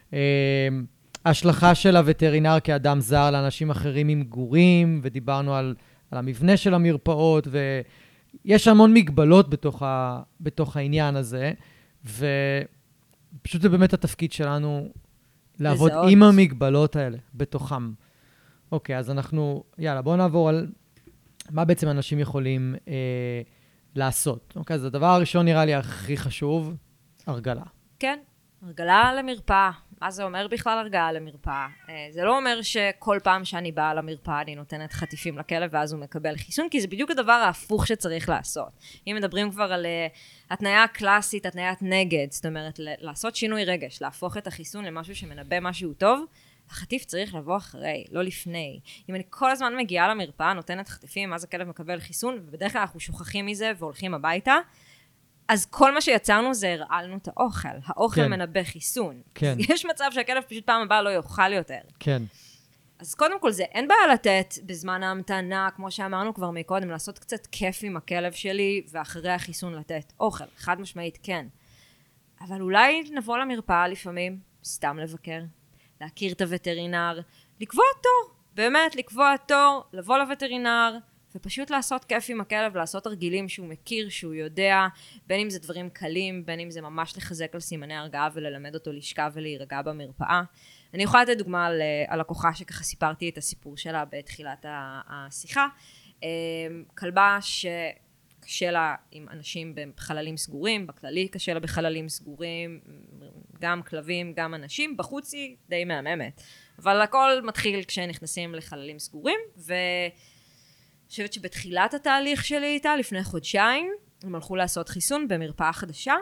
השלכה של הווטרינר כאדם זר לאנשים אחרים עם גורים, ודיברנו על המבנה של המרפאות, ויש המון מגבלות בתוך העניין הזה, ופשוט זה באמת התפקיד שלנו לעבוד עם המגבלות האלה, בתוכם. אוקיי, אז בואו נעבור על מה בעצם אנשים יכולים לעשות. אוקיי, אז הדבר הראשון נראה לי הכי חשוב, הרגלה. כן, הרגלה למרפאה. מה זה אומר בכלל הרגעה למרפאה? זה לא אומר שכל פעם שאני באה למרפאה אני נותנת חטיפים לכלב ואז הוא מקבל חיסון, כי זה בדיוק הדבר ההפוך שצריך לעשות. אם מדברים כבר על התניה קלאסית, התניית נגד, זאת אומרת לעשות שינוי רגש, להפוך את החיסון למשהו שמנבא משהו טוב, החטיף צריך לבוא אחרי, לא לפני. אם אני כל הזמן מגיעה למרפאה, נותנת חטיפים, אז הכלב מקבל חיסון, ובדרך כלל אנחנו שוכחים מזה והולכים הביתה, אז כל מה שיצרנו זה הרעלנו את האוכל. האוכל מנבא חיסון. כן. יש מצב שהכלב פשוט פעם הבאה לא יאכל יותר. כן. אז קודם כל זה, אין בעיה לתת בזמן ההמתנה, כמו שאמרנו כבר מקודם, לעשות קצת כיף עם הכלב שלי, ואחרי החיסון לתת אוכל. חד משמעית כן. אבל אולי נבוא למרפאה לפעמים, סתם לבקר, להכיר את הווטרינר, לקבוע תור, באמת לקבוע תור, לבוא לווטרינר, ופשוט לעשות כיף עם הכלב, לעשות הרגילים שהוא מכיר, שהוא יודע, בין אם זה דברים קלים, בין אם זה ממש לחזק על סימני הרגעה וללמד אותו לשכב ולהירגע במרפאה. אני יכולה לתת דוגמה על לקוחה שככה סיפרתי את הסיפור שלה בתחילת השיחה. כלבה שקשה לה עם אנשים בחללים סגורים, בכללי קשה לה בחללים סגורים, גם כלבים, גם אנשים, בחוץ היא די מהממת. אבל הכל מתחיל כשנכנסים לחללים סגורים, אני חושבת שבתחילת התהליך שלי איתה, לפני חודשיים, הם הלכו לעשות חיסון במרפאה חדשה,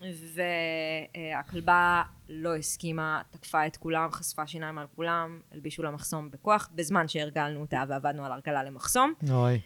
והכלבה לא הסכימה, תקפה את כולם, חשפה שיניים על כולם, הלבישו לה מחסום בכוח, בזמן שהרגלנו אותה ועבדנו על הרגלה למחסום. אוי.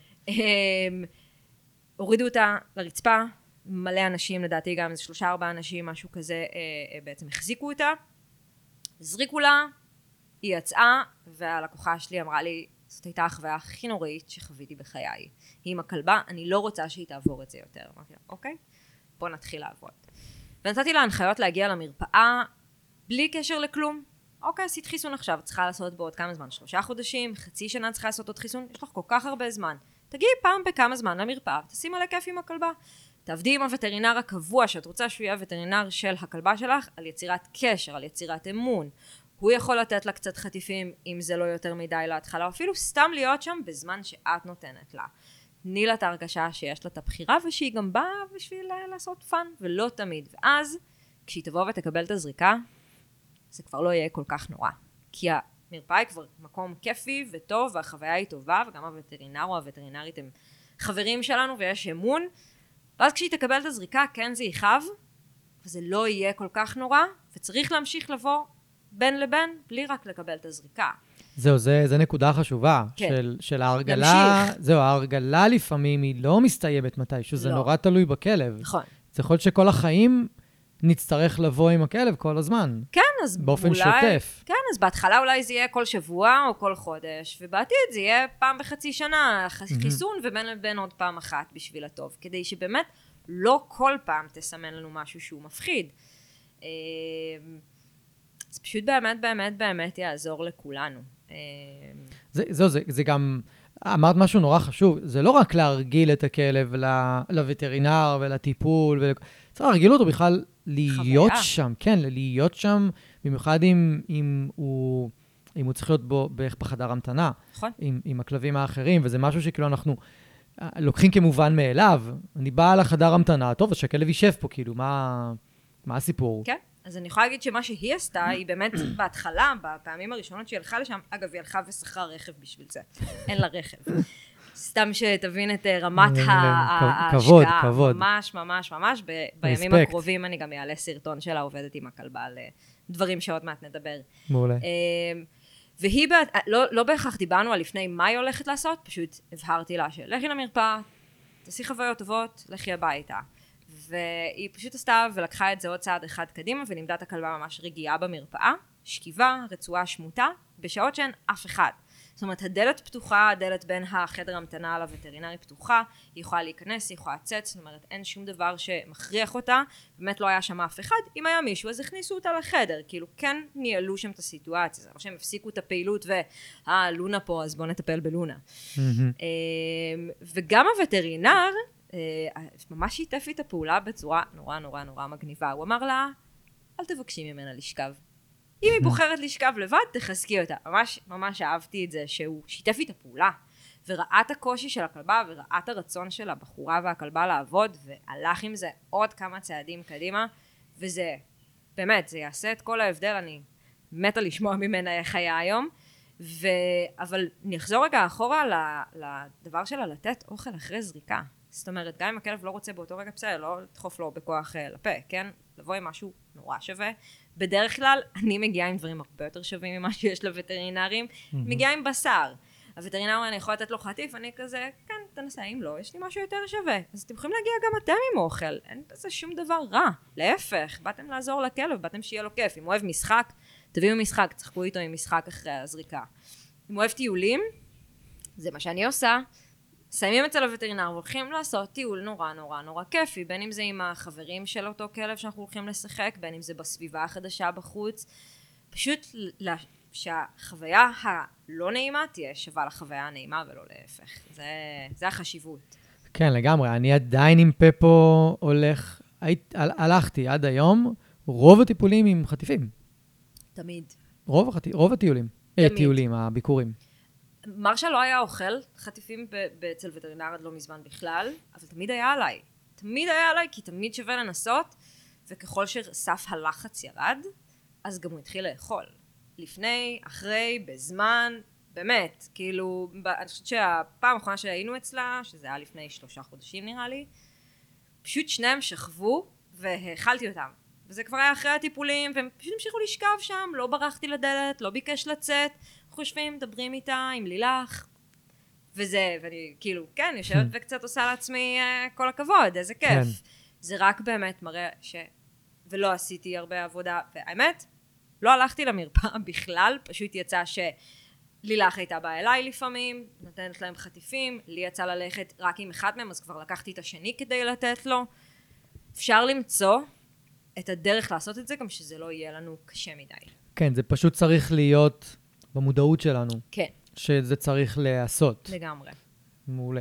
הורידו אותה לרצפה, מלא אנשים, לדעתי גם איזה 3-4 אנשים, משהו כזה, בעצם החזיקו אותה, הזריקו לה, היא יצאה, והלקוחה שלי אמרה לי, זאת הייתה החוויה הכי נוראית שחוויתי בחיי. היא עם הכלבה, אני לא רוצה שהיא תעבור את זה יותר. אמרתי לה, אוקיי, בוא נתחיל לעבוד. ונתתי לה הנחיות להגיע למרפאה, בלי קשר לכלום. אוקיי, עשית חיסון עכשיו, צריכה לעשות בעוד כמה זמן? 3 חודשים, חצי שנה צריכה לעשות עוד חיסון, יש לך כל כך הרבה זמן. תגיעי פעם בכמה זמן למרפאה, תשים עליה כיף עם הכלבה. תעבדי עם הווטרינר הקבוע, שאת רוצה שהוא יהיה הווטרינר של הכלבה שלך, על יצירת קשר, על יצירת אמון. הוא יכול לתת לה קצת חטיפים, אם זה לא יותר מדי להתחלה, או אפילו סתם להיות שם בזמן שאת נותנת לה. תני לה את ההרגשה שיש לה את הבחירה, ושהיא גם באה בשביל לעשות פן, ולא תמיד. ואז, כשהיא תבוא ותקבל את הזריקה, זה כבר לא יהיה כל כך נורא. כי המרפאה היא כבר מקום כיפי וטוב, והחוויה היא טובה, וגם הווטרינר או הווטרינרית הם חברים שלנו, ויש אמון. ואז כשהיא תקבל את הזריקה, כן זה יכאב, וזה לא יהיה כל כך נורא, וצריך להמשיך לבוא בין לבין, בלי רק לקבל את הזריקה. זהו, זה נקודה חשובה, כן. של ההרגלה, זהו, ההרגלה לפעמים היא לא מסתיימת מתישהו, זה נורא תלוי בכלב. נכון. זה יכול להיות שכל החיים נצטרך לבוא עם הכלב כל הזמן. כן, אז באופן אולי, שוטף. כן, אז בהתחלה אולי זה יהיה כל שבוע או כל חודש, ובעתיד זה יהיה פעם בחצי שנה, חיסון ובין לבין עוד פעם אחת בשביל הטוב, כדי שבאמת לא כל פעם תסמן לנו משהו שהוא מפחיד. זה פשוט באמת, באמת, באמת יעזור לכולנו. זה גם, אמרת משהו נורא חשוב, זה לא רק להרגיל את הכלב לווטרינר ולטיפול, צריך להרגיל אותו בכלל להיות שם, כן, להיות שם, במיוחד אם הוא צריך להיות בערך בחדר המתנה, נכון. עם הכלבים האחרים, וזה משהו שכאילו אנחנו לוקחים כמובן מאליו. אני באה לחדר המתנה, טוב, אז שהכלב יישב פה, כאילו, מה הסיפור? כן. אז אני יכולה להגיד שמה שהיא עשתה, היא באמת בהתחלה, בפעמים הראשונות שהיא הלכה לשם, אגב, היא הלכה ושכרה רכב בשביל זה. אין לה רכב. סתם שתבין את רמת ההשקעה. כבוד. ממש, ממש, ממש. בימים הקרובים אני גם אעלה סרטון שלה עובדת עם הכלבה על דברים שעוד מעט נדבר. מעולה. והיא, לא בהכרח דיברנו על לפני מה היא הולכת לעשות, פשוט הבהרתי לה שלכי למרפאה, תעשי חוויות טובות, לכי הביתה. והיא פשוט עשתה ולקחה את זה עוד צעד אחד קדימה, ולימדה את הכלבה ממש רגיעה במרפאה, שכיבה, רצועה שמוטה, בשעות שאין אף אחד. זאת אומרת, הדלת פתוחה, הדלת בין החדר המתנה לווטרינרי פתוחה, היא יכולה להיכנס, היא יכולה לצאת, זאת אומרת, אין שום דבר שמכריח אותה, באמת לא היה שם אף אחד, אם היה מישהו, אז הכניסו אותה לחדר, כאילו כן ניהלו שם את הסיטואציה, זה לא שהם הפסיקו את הפעילות לונה פה, אז בוא נטפל בלונה. וגם הווטרינר, ממש שיתף את הפעולה בצורה נורא נורא נורא מגניבה. הוא אמר לה, אל תבקשי ממנה לשכב. אם היא בוחרת לשכב לבד, תחזקי אותה. ממש ממש אהבתי את זה, שהוא שיתף את הפעולה, וראה את הקושי של הכלבה, וראה את הרצון של הבחורה והכלבה לעבוד, והלך עם זה עוד כמה צעדים קדימה, וזה, באמת, זה יעשה את כל ההבדל, אני מתה לשמוע ממנה איך היה היום, אבל נחזור רגע אחורה לדבר שלה לתת אוכל אחרי זריקה. זאת אומרת, גם אם הכלב לא רוצה באותו רגע בסדר, לא לדחוף לו בכוח לפה, כן? לבוא עם משהו נורא שווה. בדרך כלל, אני מגיעה עם דברים הרבה יותר שווים ממה שיש לווטרינרים, מגיעה עם בשר. הווטרינר, אני יכולה לתת לו חטיף, אני כזה, כן, תנסה, אם לא, יש לי משהו יותר שווה. אז אתם יכולים להגיע גם אתם עם אוכל, אין בזה שום דבר רע. להפך, באתם לעזור לכלב, באתם שיהיה לו כיף. אם הוא אוהב משחק, תביאו משחק, תשחקו איתו עם משחק אחרי הזריקה. אם הוא אוהב טיולים, זה מה שאני עושה. סיימים אצל הווטרינר והולכים לעשות טיול נורא נורא נורא כיפי, בין אם זה עם החברים של אותו כלב שאנחנו הולכים לשחק, בין אם זה בסביבה החדשה בחוץ, פשוט שהחוויה הלא נעימה תהיה שווה לחוויה הנעימה ולא להפך. זה החשיבות. כן, לגמרי. אני עדיין עם פפו הלכתי עד היום, רוב הטיפולים עם חטיפים. תמיד. רוב הטיולים. טיולים, הביקורים. מרשה לא היה אוכל חטיפים אצל וטרינר עד לא מזמן בכלל, אבל תמיד היה עליי. תמיד היה עליי, כי תמיד שווה לנסות, וככל שסף הלחץ ירד, אז גם הוא התחיל לאכול. לפני, אחרי, בזמן, באמת, כאילו, אני חושבת שהפעם האחרונה שהיינו אצלה, שזה היה לפני 3 חודשים נראה לי, פשוט שניהם שכבו והאכלתי אותם. וזה כבר היה אחרי הטיפולים, והם פשוט המשיכו לשכב שם, לא ברחתי לדלת, לא ביקש לצאת, חושבים, מדברים איתה, עם לילך, וזה, ואני כאילו, כן, יושבת וקצת עושה לעצמי כל הכבוד, איזה כיף. כן. זה רק באמת מראה ולא עשיתי הרבה עבודה, והאמת, לא הלכתי למרפאה בכלל, פשוט יצא לילך הייתה באה אליי לפעמים, נתנת להם חטיפים, לי יצא ללכת רק עם אחד מהם, אז כבר לקחתי את השני כדי לתת לו. אפשר למצוא את הדרך לעשות את זה, גם שזה לא יהיה לנו קשה מדי. כן, זה פשוט צריך להיות במודעות שלנו. כן. שזה צריך לעשות. לגמרי. מעולה.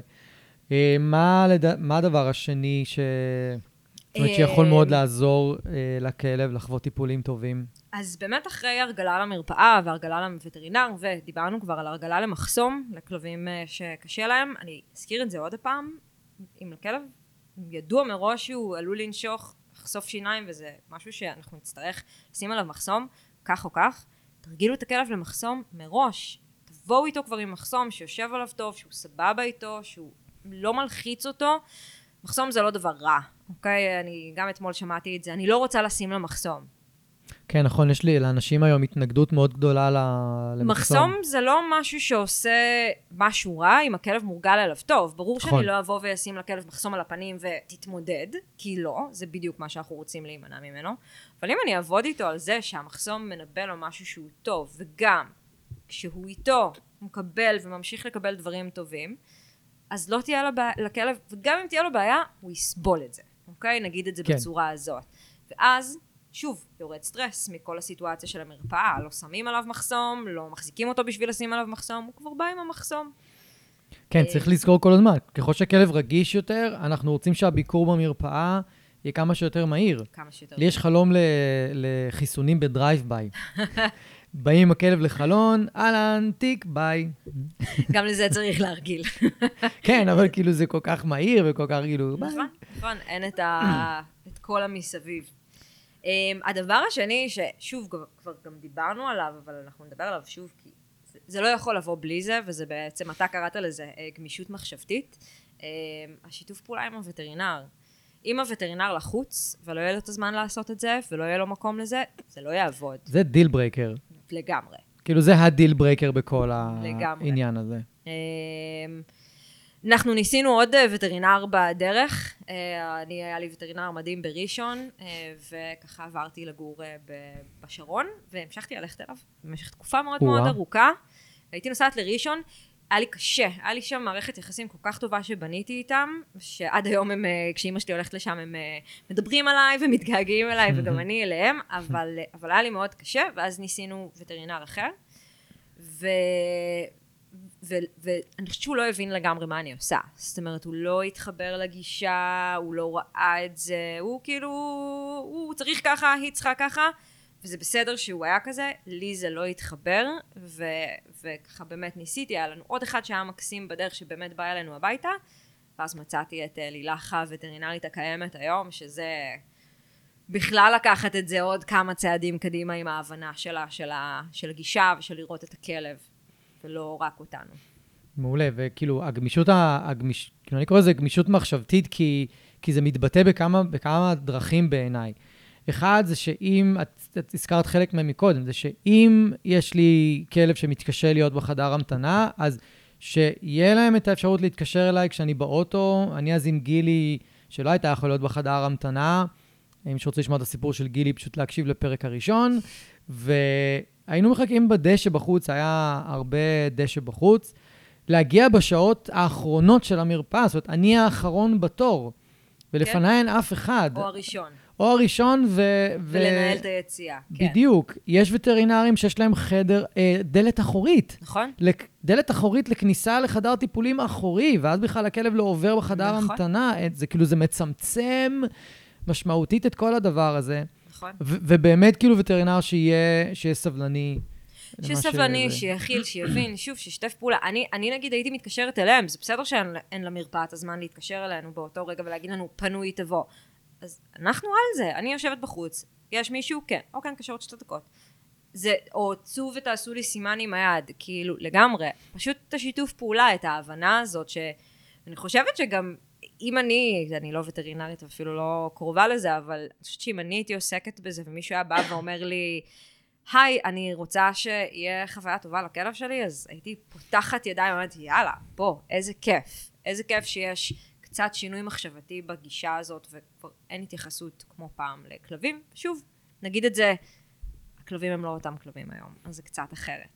מה הדבר השני זאת אומרת שיכול מאוד לעזור לכלב לחוות טיפולים טובים? אז באמת אחרי הרגלה למרפאה והרגלה לווטרינר, ודיברנו כבר על הרגלה למחסום, לכלבים שקשה להם, אני אזכיר את זה עוד הפעם, אם לכלב ידוע מראש שהוא עלול לנשוך, לחשוף שיניים, וזה משהו שאנחנו נצטרך לשים עליו מחסום, כך או כך, תרגילו את הכלב למחסום מראש, תבואו איתו כבר עם מחסום שיושב עליו טוב, שהוא סבבה איתו, שהוא לא מלחיץ אותו, מחסום זה לא דבר רע, אוקיי? אני גם אתמול שמעתי את זה, אני לא רוצה לשים לו מחסום. כן, נכון, יש לי לאנשים היום התנגדות מאוד גדולה למחסום. מחסום זה לא משהו שעושה משהו רע, אם הכלב מורגל אליו טוב. ברור נכון. שאני לא אבוא וישים לכלב מחסום על הפנים ותתמודד, כי לא, זה בדיוק מה שאנחנו רוצים להימנע ממנו. אבל אם אני אעבוד איתו על זה שהמחסום מנבא לו משהו שהוא טוב, וגם כשהוא איתו הוא מקבל וממשיך לקבל דברים טובים, אז לא תהיה לכלב, וגם אם תהיה לו בעיה, הוא יסבול את זה, אוקיי? נגיד את זה כן. בצורה הזאת. ואז, שוב, יורד סטרס מכל הסיטואציה של המרפאה, לא שמים עליו מחסום, לא מחזיקים אותו בשביל לשים עליו מחסום, הוא כבר בא עם המחסום. כן, צריך לזכור כל הזמן. ככל שהכלב רגיש יותר, אנחנו רוצים שהביקור במרפאה יהיה כמה שיותר מהיר. כמה שיותר. לי יש חלום לחיסונים בדרייב ביי. באים עם הכלב לחלון, אהלן, תיק, ביי. גם לזה צריך להרגיל. כן, אבל כאילו זה כל כך מהיר וכל כך כאילו, ביי. נכון, אין את כל המסביב. הדבר השני, ששוב, כבר גם דיברנו עליו, אבל אנחנו נדבר עליו שוב, כי זה לא יכול לבוא בלי זה, וזה בעצם, אתה קראת לזה גמישות מחשבתית, השיתוף פעולה עם הווטרינר. אם הווטרינר לחוץ, ולא יהיה לו את הזמן לעשות את זה, ולא יהיה לו מקום לזה, זה לא יעבוד. זה דיל ברייקר. לגמרי. כאילו זה הדיל ברייקר בכל העניין הזה. אנחנו ניסינו עוד וטרינר בדרך, היה לי וטרינר מדהים בראשון, וככה עברתי לגור בשרון, והמשכתי ללכת אליו במשך תקופה מאוד מאוד ארוכה. הייתי נוסעת לראשון, היה לי קשה, היה לי שם מערכת יחסים כל כך טובה שבניתי איתם, שעד היום כשאמא שלי הולכת לשם הם מדברים עליי ומתגעגעים אליי, וגם אני אליהם, אבל היה לי מאוד קשה, ואז ניסינו וטרינר אחר, ואני חושבת שהוא לא הבין לגמרי מה אני עושה. זאת אומרת, הוא לא התחבר לגישה, הוא לא ראה את זה, הוא כאילו, הוא צריך ככה, היא צריכה ככה, וזה בסדר שהוא היה כזה, לי זה לא התחבר, וככה באמת ניסיתי, היה לנו עוד אחד שהיה מקסים בדרך שבאמת בא אלינו הביתה, ואז מצאתי את לילך הווטרינרית הקיימת היום, שזה בכלל לקחת את זה עוד כמה צעדים קדימה עם ההבנה של הגישה ושל לראות את הכלב. ולא רק אותנו. מעולה, וכאילו הגמישות, כאילו אני קורא לזה גמישות מחשבתית, כי זה מתבטא בכמה דרכים בעיניי. אחד זה שאם, את הזכרת חלק מהם מקודם, זה שאם יש לי כלב שמתקשה להיות בחדר המתנה, אז שיהיה להם את האפשרות להתקשר אליי כשאני באוטו, אני אז עם גילי, שלא הייתה יכול להיות בחדר המתנה, אם שרוצה לשמוע את הסיפור של גילי, פשוט להקשיב לפרק הראשון, היינו מחכים בדשא בחוץ, היה הרבה דשא בחוץ, להגיע בשעות האחרונות של המרפאה, זאת אומרת, אני האחרון בתור, ולפניי אין אף אחד. או הראשון. או הראשון ולנהל את היציאה. בדיוק. יש וטרינרים שיש להם חדר, דלת אחורית. נכון. דלת אחורית לכניסה לחדר טיפולים אחורי, ואז בכלל הכלב לא עובר בחדר המתנה. זה כאילו, זה מצמצם משמעותית את כל הדבר הזה. נכון. ובאמת כאילו וטרינר שיהיה סבלני. שסבלני, שיכיל, שיבין, שוב, שישתף פעולה. אני נגיד הייתי מתקשרת אליהם, זה בסדר שאין למרפאה את הזמן להתקשר אלינו באותו רגע ולהגיד לנו, פנוי תבוא. אז אנחנו על זה, אני יושבת בחוץ, יש מישהו, כן, אוקיי, נקשר עוד 2 דקות. זה, או צאו ותעשו לי סימן עם היד, כאילו, לגמרי, פשוט את השיתוף פעולה, את ההבנה הזאת, שאני חושבת שגם, אם אני לא וטרינרית, אפילו לא קרובה לזה, אבל אני חושבת שאם אני הייתי עוסקת בזה, ומישהו היה בא ואומר לי, היי, אני רוצה שיהיה חוויה טובה לכלב שלי, אז הייתי פותחת ידיים, ואומרת, יאללה, בוא, איזה כיף שיש קצת שינוי מחשבתי בגישה הזאת, וכבר אין התייחסות כמו פעם לכלבים. שוב, נגיד את זה, הכלבים הם לא אותם כלבים היום, אז זה קצת אחרת.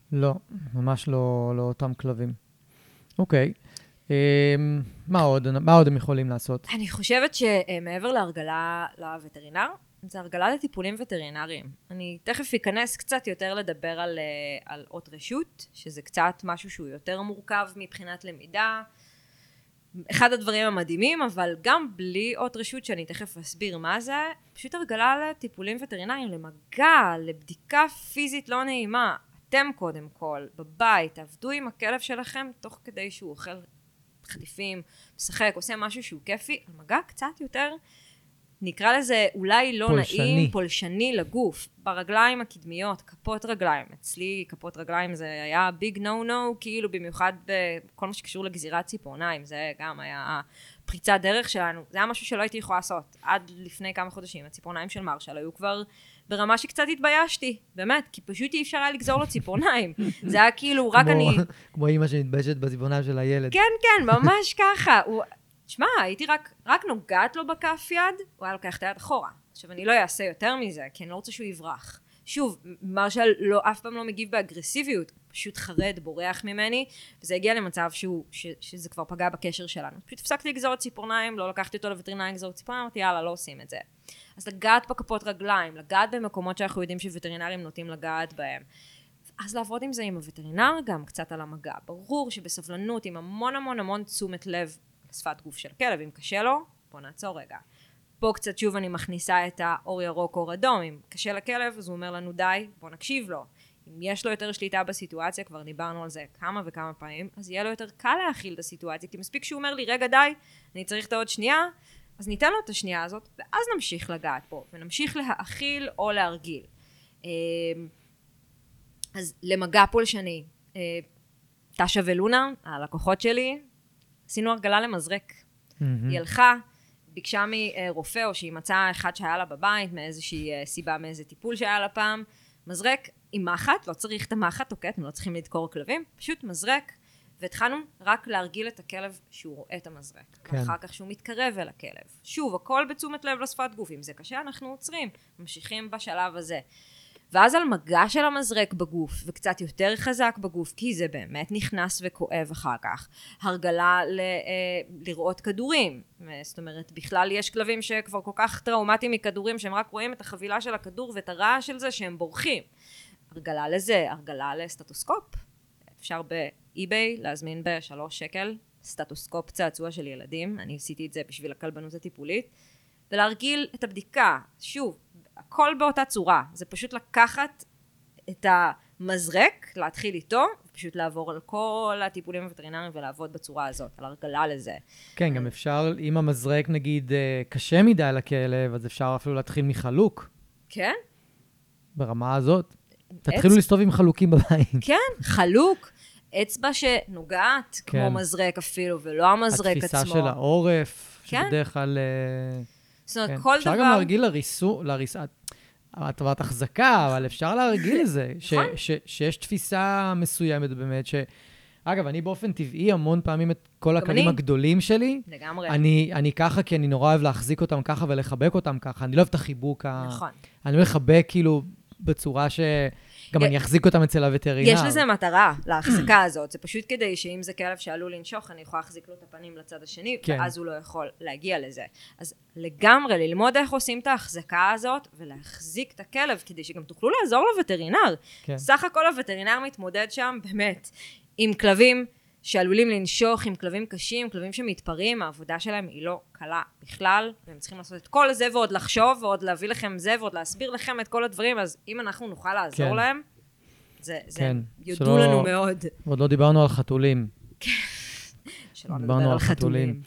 לא, ממש לא אותם כלבים. אוקיי. מה עוד הם יכולים לעשות? אני חושבת שמעבר להרגלה לווטרינר, זה הרגלה לטיפולים וטרינריים. אני תכף אכנס קצת יותר לדבר על אות רשות, שזה קצת משהו שהוא יותר מורכב מבחינת למידה. אחד הדברים המדהימים, אבל גם בלי אות רשות, שאני תכף אסביר מה זה, פשוט הרגלה לטיפולים וטרינריים, למגע, לבדיקה פיזית לא נעימה. אתם קודם כל, בבית, תעבדו עם הכלב שלכם, תוך כדי שהוא אוכל חטיפים, משחק, עושה משהו שהוא כיפי, המגע קצת יותר, נקרא לזה אולי לא נעים, פולשני לגוף, ברגליים הקדמיות, כפות רגליים, אצלי כפות רגליים זה היה ביג נו נו, כאילו במיוחד בכל מה שקשור לגזירת ציפורניים, זה גם היה פריצת דרך שלנו, זה היה משהו שלא הייתי יכולה לעשות, עד לפני כמה חודשים, הציפורניים של מרשל היו כבר ברמה שקצת התביישתי, באמת, כי פשוט אי אפשר היה לגזור לו ציפורניים, זה היה כאילו רק אני... כמו אמא שמתביישת בציפורניים של הילד. כן, כן, ממש ככה, תשמע, הייתי רק נוגעת לו בכף יד, הוא היה לוקח את היד אחורה. עכשיו, אני לא אעשה יותר מזה, כי אני לא רוצה שהוא יברח. שוב, מרשל אף פעם לא מגיב באגרסיביות, פשוט חרד, בורח ממני, וזה הגיע למצב שזה כבר פגע בקשר שלנו. פשוט הפסקתי לגזור את ציפורניים, לא לקחתי אותו לווטרינר לגזור את ציפורניים, אמרתי, יאללה, לא עושים את זה. אז לגעת בכפות רגליים, לגעת במקומות שאנחנו יודעים שווטרינרים נוטים לגעת בהם. אז לעבוד עם זה עם הווטרינר גם קצת על המגע. ברור שבסבלנות, עם המון המון המון תשומת לב לשפת גוף של כלב, אם קשה לו, בוא נעצור רגע. פה קצת שוב אני מכניסה את האור ירוק אור אדום, אם קשה לכלב אז הוא אומר לנו די, בוא נקשיב לו. אם יש לו יותר שליטה בסיטואציה, כבר דיברנו על זה כמה וכמה פעמים, אז יהיה לו יותר קל להכיל את הסיטואציה, כי מספיק שהוא אומר לי רגע די, אני צריך את העוד שנייה, אז ניתן לו את השנייה הזאת, ואז נמשיך לגעת פה, ונמשיך להאכיל או להרגיל. אז למגע פולשני, טשה ולונה, הלקוחות שלי, עשינו הרגלה למזרק. היא הלכה, ביקשה מרופא, או שהיא מצאה אחד שהיה לה בבית, מאיזושהי סיבה, מאיזה טיפול שהיה לה פעם, מזרק עם מחט, לא צריך את המחט, אוקיי, אתם לא צריכים לדקור כלבים, פשוט מזרק, והתחלנו רק להרגיל את הכלב שהוא רואה את המזרק. כן. ואחר כך שהוא מתקרב אל הכלב. שוב, הכל בתשומת לב לשפת גוף, אם זה קשה, אנחנו עוצרים, ממשיכים בשלב הזה. ואז על מגע של המזרק בגוף, וקצת יותר חזק בגוף, כי זה באמת נכנס וכואב אחר כך. הרגלה לראות כדורים. זאת אומרת, בכלל יש כלבים שכבר כל כך טראומטיים מכדורים, שהם רק רואים את החבילה של הכדור ואת הרעש של זה שהם בורחים. הרגלה לזה, הרגלה לסטטוסקופ. אפשר באי-ביי להזמין ב3 שקל, סטטוסקופ צעצוע של ילדים. אני עשיתי את זה בשביל הכלבנות הטיפולית. ולהרגיל את הבדיקה. שוב, הכל באותה צורה, זה פשוט לקחת את המזרק, להתחיל איתו, ופשוט לעבור על כל הטיפולים הווטרינריים ולעבוד בצורה הזאת, על הרגלה לזה. כן, גם אפשר, אם המזרק נגיד קשה מדי לכלב, אז אפשר אפילו להתחיל מחלוק. כן? ברמה הזאת. תתחילו לסתוב עם חלוקים בבית. כן, חלוק. אצבע שנוגעת, כן. כמו מזרק אפילו, ולא המזרק עצמו. התפיסה של העורף, כן. שבדרך כלל... זאת אומרת, כל דבר... אפשר גם להרגיל להריסת, הטבת החזקה, אבל אפשר להרגיל לזה, שיש תפיסה מסוימת באמת, אגב, אני באופן טבעי המון פעמים את כל הכלים הגדולים שלי, לגמרי. אני ככה, כי אני נורא אוהב להחזיק אותם ככה ולחבק אותם ככה, אני לא אוהב את החיבוק, נכון. אני לא לחבק כאילו בצורה גם אני אחזיק אותם אצל הווטרינר. יש לזה מטרה, להחזקה הזאת. זה פשוט כדי שאם זה כלב שעלול לנשוך, אני יכולה להחזיק לו את הפנים לצד השני, ואז הוא לא יכול להגיע לזה. אז לגמרי, ללמוד איך עושים את ההחזקה הזאת, ולהחזיק את הכלב, כדי שגם תוכלו לעזור לווטרינר. סך הכל הווטרינר מתמודד שם, באמת, עם כלבים שעלולים לנשוך, עם כלבים קשים, כלבים שמתפרעים, העבודה שלהם היא לא קלה בכלל, והם צריכים לעשות את כל זה, ועוד לחשוב, ועוד להביא לכם זה, ועוד להסביר לכם את כל הדברים, אז אם אנחנו נוכל לעזור להם, זה יודו לנו מאוד. ועוד לא דיברנו על חתולים. שלא נדבר על חתולים.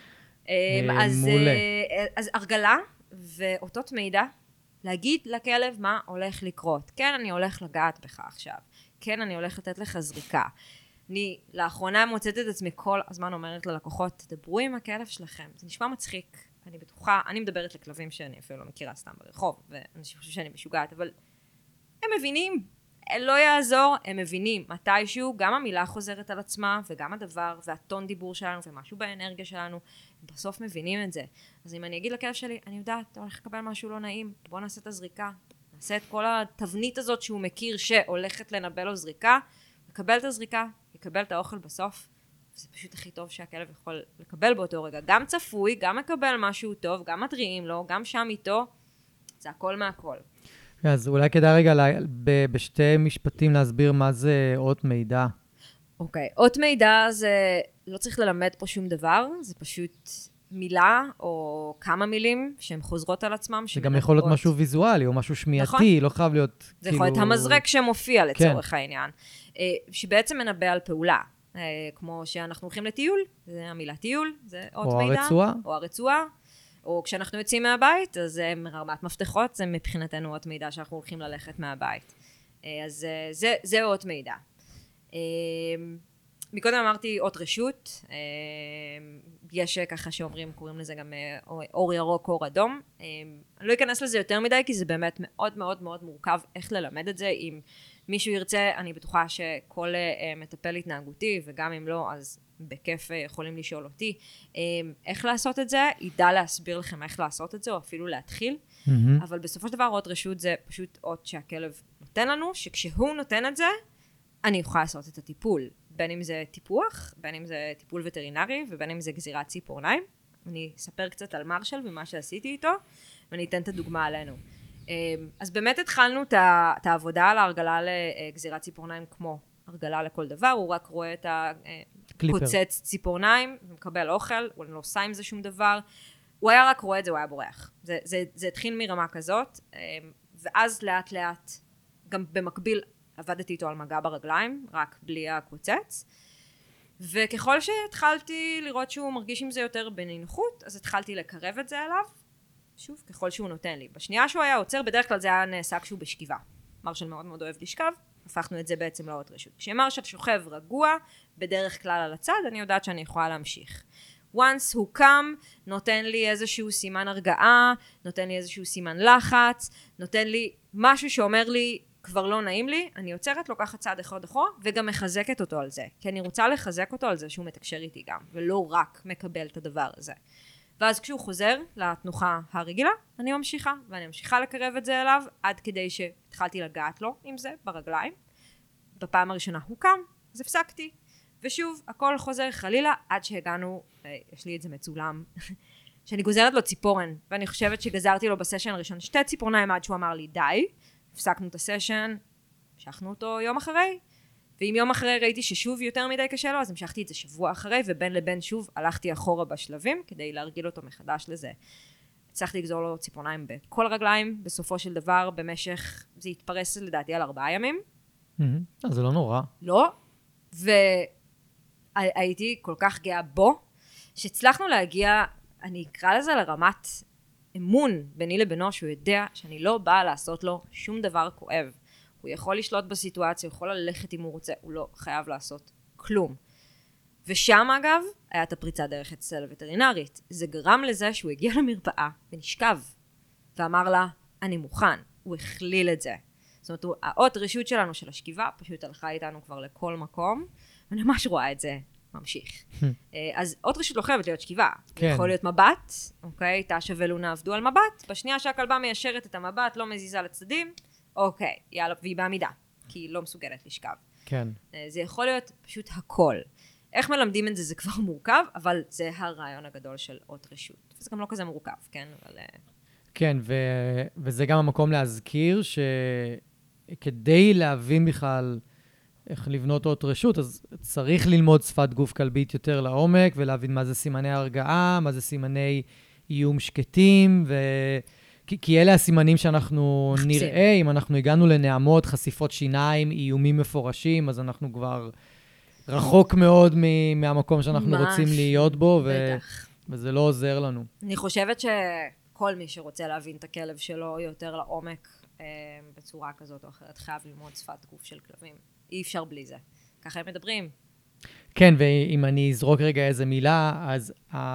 אז הרגלה ואותות מידע, להגיד לכלב מה הולך לקרות. כן, אני הולך לגעת בך עכשיו. כן, אני הולך לתת לך זריקה. אני לאחרונה מוצאת את עצמי כל הזמן אומרת ללקוחות, תדברו עם הכלב שלכם. זה נשמע מצחיק, אני בטוחה, אני מדברת לכלבים שאני אפילו לא מכירה סתם ברחוב, ואני חושב שאני משוגעת, אבל הם מבינים, לא יעזור, הם מבינים. מתישהו גם המילה חוזרת על עצמה, וגם הדבר, והטון דיבור שלנו, ומשהו באנרגיה שלנו, בסוף מבינים את זה. אז אם אני אגיד לכלב שלי, אני יודעת, אתה הולך לקבל משהו לא נעים, בוא נעשה את הזריקה, עושה את כל התבנית הזאת שהוא מכיר שהולכת לנבל לו זריקה, יקבל את הזריקה, יקבל את האוכל בסוף, זה פשוט הכי טוב שהכלב יכול לקבל באותו רגע. גם צפוי, גם מקבל משהו טוב, גם מתריעים לו, גם שם איתו, זה הכל מהכל. אז אולי כדאי רגע בשתי משפטים להסביר מה זה אות מידע. אוקיי, אות מידע זה לא צריך ללמד פה שום דבר, זה פשוט מילה או כמה מילים שהן חוזרות על עצמם. זה גם יכול להיות משהו ויזואלי או משהו שמיעתי, נכון. לא חייב להיות זה יכול להיות המזרק שמופיע לצורך העניין, שבעצם מנבא על פעולה. כמו שאנחנו הולכים לטיול, זה המילה טיול, זה אות מידע. או הרצועה. או כשאנחנו יוצאים מהבית, אז זה מרמת מפתחות, זה מבחינתנו אות מידע שאנחנו הולכים ללכת מהבית. אז זה אות מידע. מקודם אמרתי אות רשות, יש ככה שאומרים, קוראים לזה גם אור ירוק, אור אדום. אני לא אכנס לזה יותר מדי, כי זה באמת מאוד מאוד מאוד מורכב איך ללמד את זה. אם מישהו ירצה, אני בטוחה שכל מטפל התנהגותי, וגם אם לא, אז בכיף יכולים לשאול אותי, איך לעשות את זה, ידע להסביר לכם איך לעשות את זה, או אפילו להתחיל. אבל בסופו של דבר, אות רשות זה פשוט אות שהכלב נותן לנו, שכשהוא נותן את זה, אני יכולה לעשות את הטיפול. בין אם זה טיפוח, בין אם זה טיפול וטרינרי, ובין אם זה גזירת ציפורניים. אני אספר קצת על מרשל ומה שעשיתי איתו, ואני אתן את הדוגמה עלינו. אז באמת התחלנו את העבודה על ההרגלה לגזירת ציפורניים כמו הרגלה לכל דבר, הוא רק רואה את הקוצץ ציפורניים, ומקבל אוכל, הוא לא עושה עם זה שום דבר, הוא היה רק רואה את זה, הוא היה בורח. זה התחיל מרמה כזאת, ואז לאט לאט, גם במקביל, עבדתי איתו על מגע ברגליים, רק בלי הקוצץ, וככל שהתחלתי לראות שהוא מרגיש עם זה יותר בנינוחות, אז התחלתי לקרב את זה אליו, שוב, ככל שהוא נותן לי. בשנייה שהוא היה עוצר, בדרך כלל זה היה נעשה כשהוא בשכיבה. מרשל מאוד מאוד אוהב לשכב, הפכנו את זה בעצם לאות רשות. כשמרשל שוכב רגוע, בדרך כלל על הצד, אני יודעת שאני יכולה להמשיך. once הוא קם, נותן לי איזשהו סימן הרגעה, נותן לי איזשהו סימן לחץ, נותן לי משהו שאומר לי, כבר לא נעים לי, אני יוצרת, לוקחת צעד אחד אחורה, וגם מחזקת אותו על זה. כי אני רוצה לחזק אותו על זה שהוא מתקשר איתי גם, ולא רק מקבל את הדבר הזה. ואז כשהוא חוזר לתנוחה הרגילה, אני ממשיכה, ואני ממשיכה לקרב את זה אליו, עד כדי שהתחלתי לגעת לו עם זה ברגליים. בפעם הראשונה הוא קם, אז הפסקתי. ושוב, הכל חוזר חלילה, עד שהגענו, יש לי את זה מצולם, שאני גוזרת לו ציפורן, ואני חושבת שגזרתי לו בסשן הראשון 2 ציפורניים עד שהוא אמר לי די, הפסקנו את הסשן, המשכנו אותו יום אחרי, ואם יום אחרי ראיתי ששוב יותר מדי קשה לו, אז המשכתי את זה שבוע אחרי, ובין לבין שוב הלכתי אחורה בשלבים, כדי להרגיל אותו מחדש לזה. הצלחתי לגזור לו ציפורניים בכל הרגליים, בסופו של דבר, במשך, זה התפרס לדעתי על 4 ימים. זה לא נורא. לא, והייתי כל כך גאה בו, שהצלחנו להגיע, אני אקרא לזה לרמת אמון ביני לבינו, שהוא יודע שאני לא באה לעשות לו שום דבר כואב. הוא יכול לשלוט בסיטואציה, הוא יכול ללכת אם הוא רוצה, הוא לא חייב לעשות כלום. ושם אגב, היה את הפריצה דרך אצל הווטרינרית. זה גרם לזה שהוא הגיע למרפאה ונשכב, ואמר לה, אני מוכן. הוא הכליל את זה. זאת אומרת, האות רשות שלנו של השכיבה, פשוט הלכה איתנו כבר לכל מקום, ואני ממש רואה את זה ממשיך. אז אות רשות לא חייבת להיות שכיבה. זה יכול להיות מבט, אוקיי? תשע ולונה עבדו על מבט, בשנייה שהכלבה מיישרת את המבט, לא מזיזה לצדדים, אוקיי, יאללה, והיא בעמידה, כי היא לא מסוגלת לשכב. כן. זה יכול להיות פשוט הכל. איך מלמדים את זה? זה כבר מורכב, אבל זה הרעיון הגדול של אות רשות. וזה גם לא כזה מורכב, כן? אבל... כן, וזה גם המקום להזכיר שכדי להבין בכלל איך לבנות אות רשות, אז צריך ללמוד שפת גוף כלבית יותר לעומק, ולהבין מה זה סימני הרגעה, מה זה סימני איום שקטים, כי אלה הסימנים שאנחנו נראה, אם אנחנו הגענו לנעמות, חשיפות שיניים, איומים מפורשים, אז אנחנו כבר רחוק מאוד מהמקום שאנחנו רוצים להיות בו, וזה לא עוזר לנו. אני חושבת שכל מי שרוצה להבין את הכלב שלו יותר לעומק, בצורה כזאת או אחרת, חייב ללמוד שפת גוף של כלבים. אי אפשר בלי זה. ככה הם מדברים. כן, ואם אני אזרוק רגע איזה מילה, אז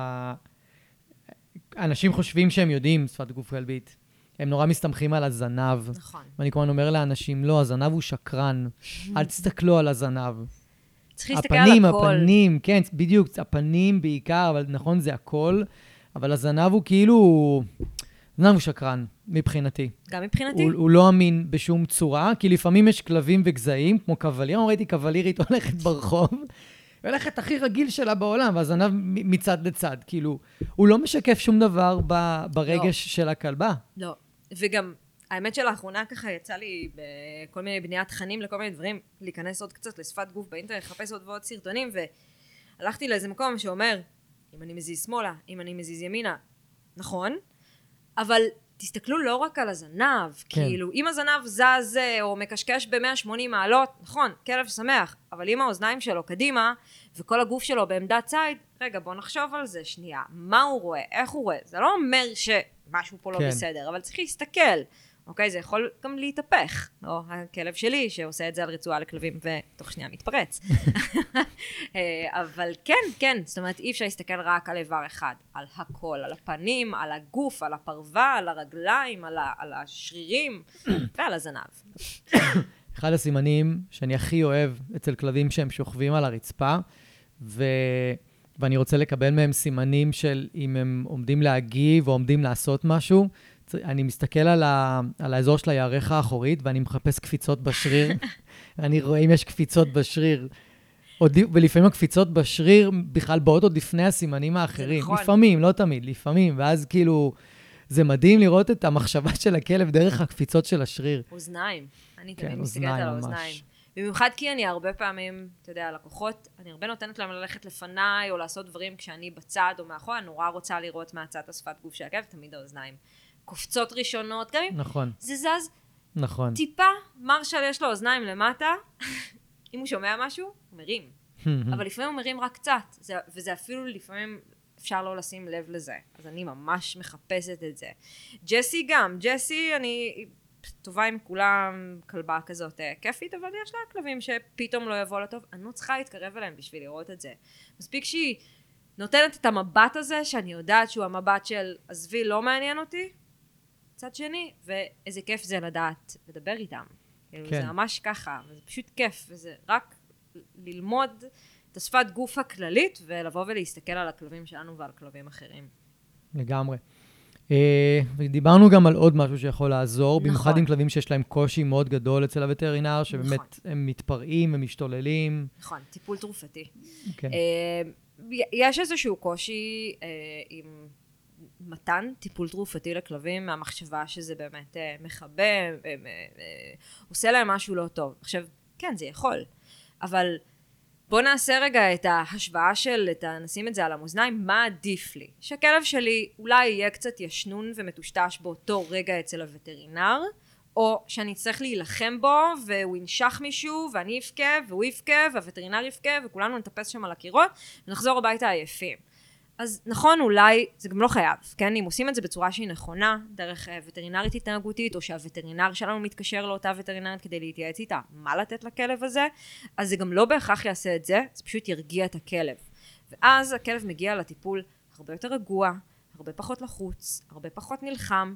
אנשים חושבים שהם יודעים שפת גוף כלבית. הם נורא מסתמכים על הזנב. נכון. ואני כמובן אומר לאנשים, לא, הזנב הוא שקרן. אל תסתכלו על הזנב. צריך להסתכל על הכל. הפנים, כן, בדיוק, הפנים בעיקר, אבל נכון, זה הכל. אבל הזנב הוא כאילו, הזנב הוא שקרן. מבחינתי. גם מבחינתי. הוא לא אמין בשום צורה, כי לפעמים יש כלבים וגזעים, כמו קווליר, ראיתי קוולירית הולכת ברחוב, והולכת הכי רגיל שלה בעולם, והזנב מצד לצד, כאילו, הוא לא משקף שום דבר ברגש של הכלבה. לא, וגם, האמת שלאחרונה ככה יצא לי בכל מיני בניית תכנים לכל מיני דברים, להיכנס עוד קצת לשפת גוף באינטרנט, לחפש עוד ועוד סרטונים, והלכתי לאיזה מקום שאומר, אם אני מזיז שמאלה, אם אני מזיז ימינה, נכון, אבל תסתכלו לא רק על הזנב, כאילו, אם הזנב זז או מקשקש ב-180 מעלות, נכון, כלב שמח, אבל אם האוזניים שלו קדימה, וכל הגוף שלו בעמדת צייד, רגע, בוא נחשוב על זה שנייה, מה הוא רואה, איך הוא רואה, זה לא אומר שמשהו פה לא בסדר, אבל צריך להסתכל, אוקיי, זה יכול גם להתהפך, או הכלב שלי שעושה את זה על רצועה לכלבים ותוך שנייה מתפרץ. אבל כן, כן, זאת אומרת, אי אפשר להסתכל רק על איבר אחד, על הכל, על הפנים, על הגוף, על הפרווה, על הרגליים, על השרירים ועל הזנב. אחד הסימנים שאני הכי אוהב אצל כלבים שהם שוכבים על הרצפה, ואני רוצה לקבל מהם סימנים של אם הם עומדים להגיב או עומדים לעשות משהו, אני מסתכל על האזור של הירך האחורית, ואני מחפש קפיצות בשריר. אני רואה אם יש קפיצות בשריר. ולפעמים הקפיצות בשריר בכלל באות עוד לפני הסימנים האחרים. נכון. לפעמים, לא תמיד, לפעמים. ואז כאילו, זה מדהים לראות את המחשבה של הכלב דרך הקפיצות של השריר. אוזניים. אני כן, תמיד מסתכלת על האוזניים. במיוחד כי אני הרבה פעמים, אתה יודע, לקוחות, אני הרבה נותנת להם ללכת לפניי, או לעשות דברים כשאני בצד או מאחור, אני נורא רוצה לראות מהצד השפת גוף של הכלב, תמיד האוזניים. קופצות ראשונות, גם אם נכון. זה זז נכון. טיפה, מרשל יש לו אוזניים למטה, אם הוא שומע משהו, הוא מרים. אבל לפעמים הוא מרים רק קצת, וזה אפילו לפעמים אפשר לא לשים לב לזה. אז אני ממש מחפשת את זה. ג'סי גם, ג'סי אני טובה עם כולם, כלבה כזאת כיפית, אבל יש לה כלבים שפתאום לא יבוא לטוב, אני לא צריכה להתקרב אליהם בשביל לראות את זה. מספיק שהיא נותנת את המבט הזה, שאני יודעת שהוא המבט של עזבי לא מעניין אותי, צד שני, ואיזה כיף זה לדעת לדבר איתם. כאילו, כן. זה ממש ככה, וזה פשוט כיף, וזה רק ללמוד את השפת גוף הכללית, ולבוא ולהסתכל על הכלבים שלנו ועל כלבים אחרים. לגמרי. ודיברנו גם על עוד משהו שיכול לעזור, נכון. במיוחד עם כלבים שיש להם קושי מאוד גדול אצל הווטרינר, שבאמת נכון. הם מתפרעים, הם משתוללים. נכון, טיפול תרופתי. כן. יש איזשהו קושי עם מתן טיפול תרופתי לכלבים, מהמחשבה שזה באמת מחבא, עושה להם משהו לא טוב. עכשיו, כן, זה יכול, אבל בוא נעשה רגע את ההשוואה נשים את זה על המאזניים, מה עדיף לי? שהכלב שלי אולי יהיה קצת ישנון ומטושטש באותו רגע אצל הווטרינר, או שאני צריך להילחם בו, והוא ינשך מישהו, ואני אבכה, והוא יבכה, והווטרינר יבכה, וכולנו נטפס שם על הקירות, ונחזור הביתה עייפים. אז נכון, אולי, זה גם לא חייב, כן? אם עושים את זה בצורה שהיא נכונה, דרך וטרינרית התנהגותית, או שהווטרינר שלנו מתקשר לאותה וטרינרית כדי להתייעץ איתה, מה לתת לכלב הזה, אז זה גם לא בהכרח יעשה את זה, זה פשוט ירגיע את הכלב. ואז הכלב מגיע לטיפול הרבה יותר רגוע, הרבה פחות לחוץ, הרבה פחות נלחם,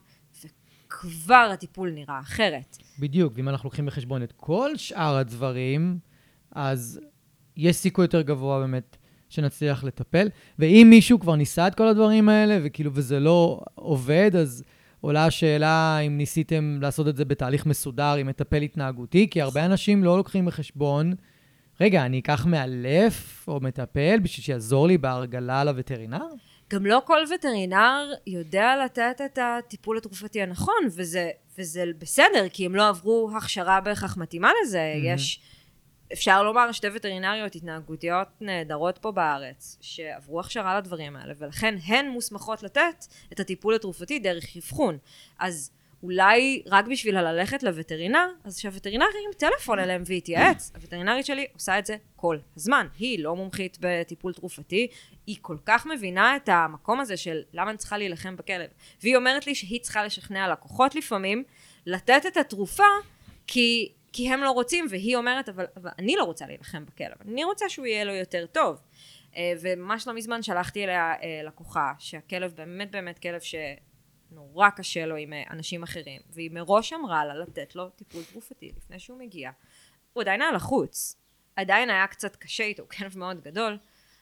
וכבר הטיפול נראה אחרת. בדיוק, ואם אנחנו לוקחים בחשבון את כל שאר הדברים, אז יש סיכוי יותר גבוה באמת שנצליח לטפל, ואם מישהו כבר ניסה את כל הדברים האלה, וכאילו וזה לא עובד, אז עולה השאלה אם ניסיתם לעשות את זה בתהליך מסודר, עם מטפל התנהגותי, כי הרבה אנשים לא לוקחים בחשבון, רגע, אני אקח מאלף או מטפל בשביל שיעזור לי בהרגלה לווטרינר? גם לא כל וטרינר יודע לתת את הטיפול התרופתי הנכון, וזה בסדר, כי הם לא עברו הכשרה בהכרח מתאימה לזה. יש, אפשר לומר, שתי וטרינריות התנהגותיות נהדרות פה בארץ, שעברו הכשרה לדברים האלה, ולכן הן מוסמכות לתת את הטיפול התרופתי דרך אבחון. אז אולי רק בשביל ללכת לווטרינר, אז שהווטרינר ירים טלפון אליהם ויתייעץ. הווטרינרית שלי עושה את זה כל הזמן. היא לא מומחית בטיפול תרופתי, היא כל כך מבינה את המקום הזה של למה אני צריכה להילחם בכלב. והיא אומרת לי שהיא צריכה לשכנע לקוחות לפעמים, לתת את התרופה, כי הם לא רוצים, והיא אומרת, אבל אני לא רוצה להילחם בכלב, אני רוצה שהוא יהיה לו יותר טוב. וממש לא מזמן שלחתי אליה לקוחה, שהכלב באמת כלב נורא קשה לו עם אנשים אחרים, והיא מראש אמרה לה לתת לו טיפול תרופתי לפני שהוא מגיע. הוא עדיין היה לחוץ, עדיין היה קצת קשה איתו, הוא כלב מאוד גדול,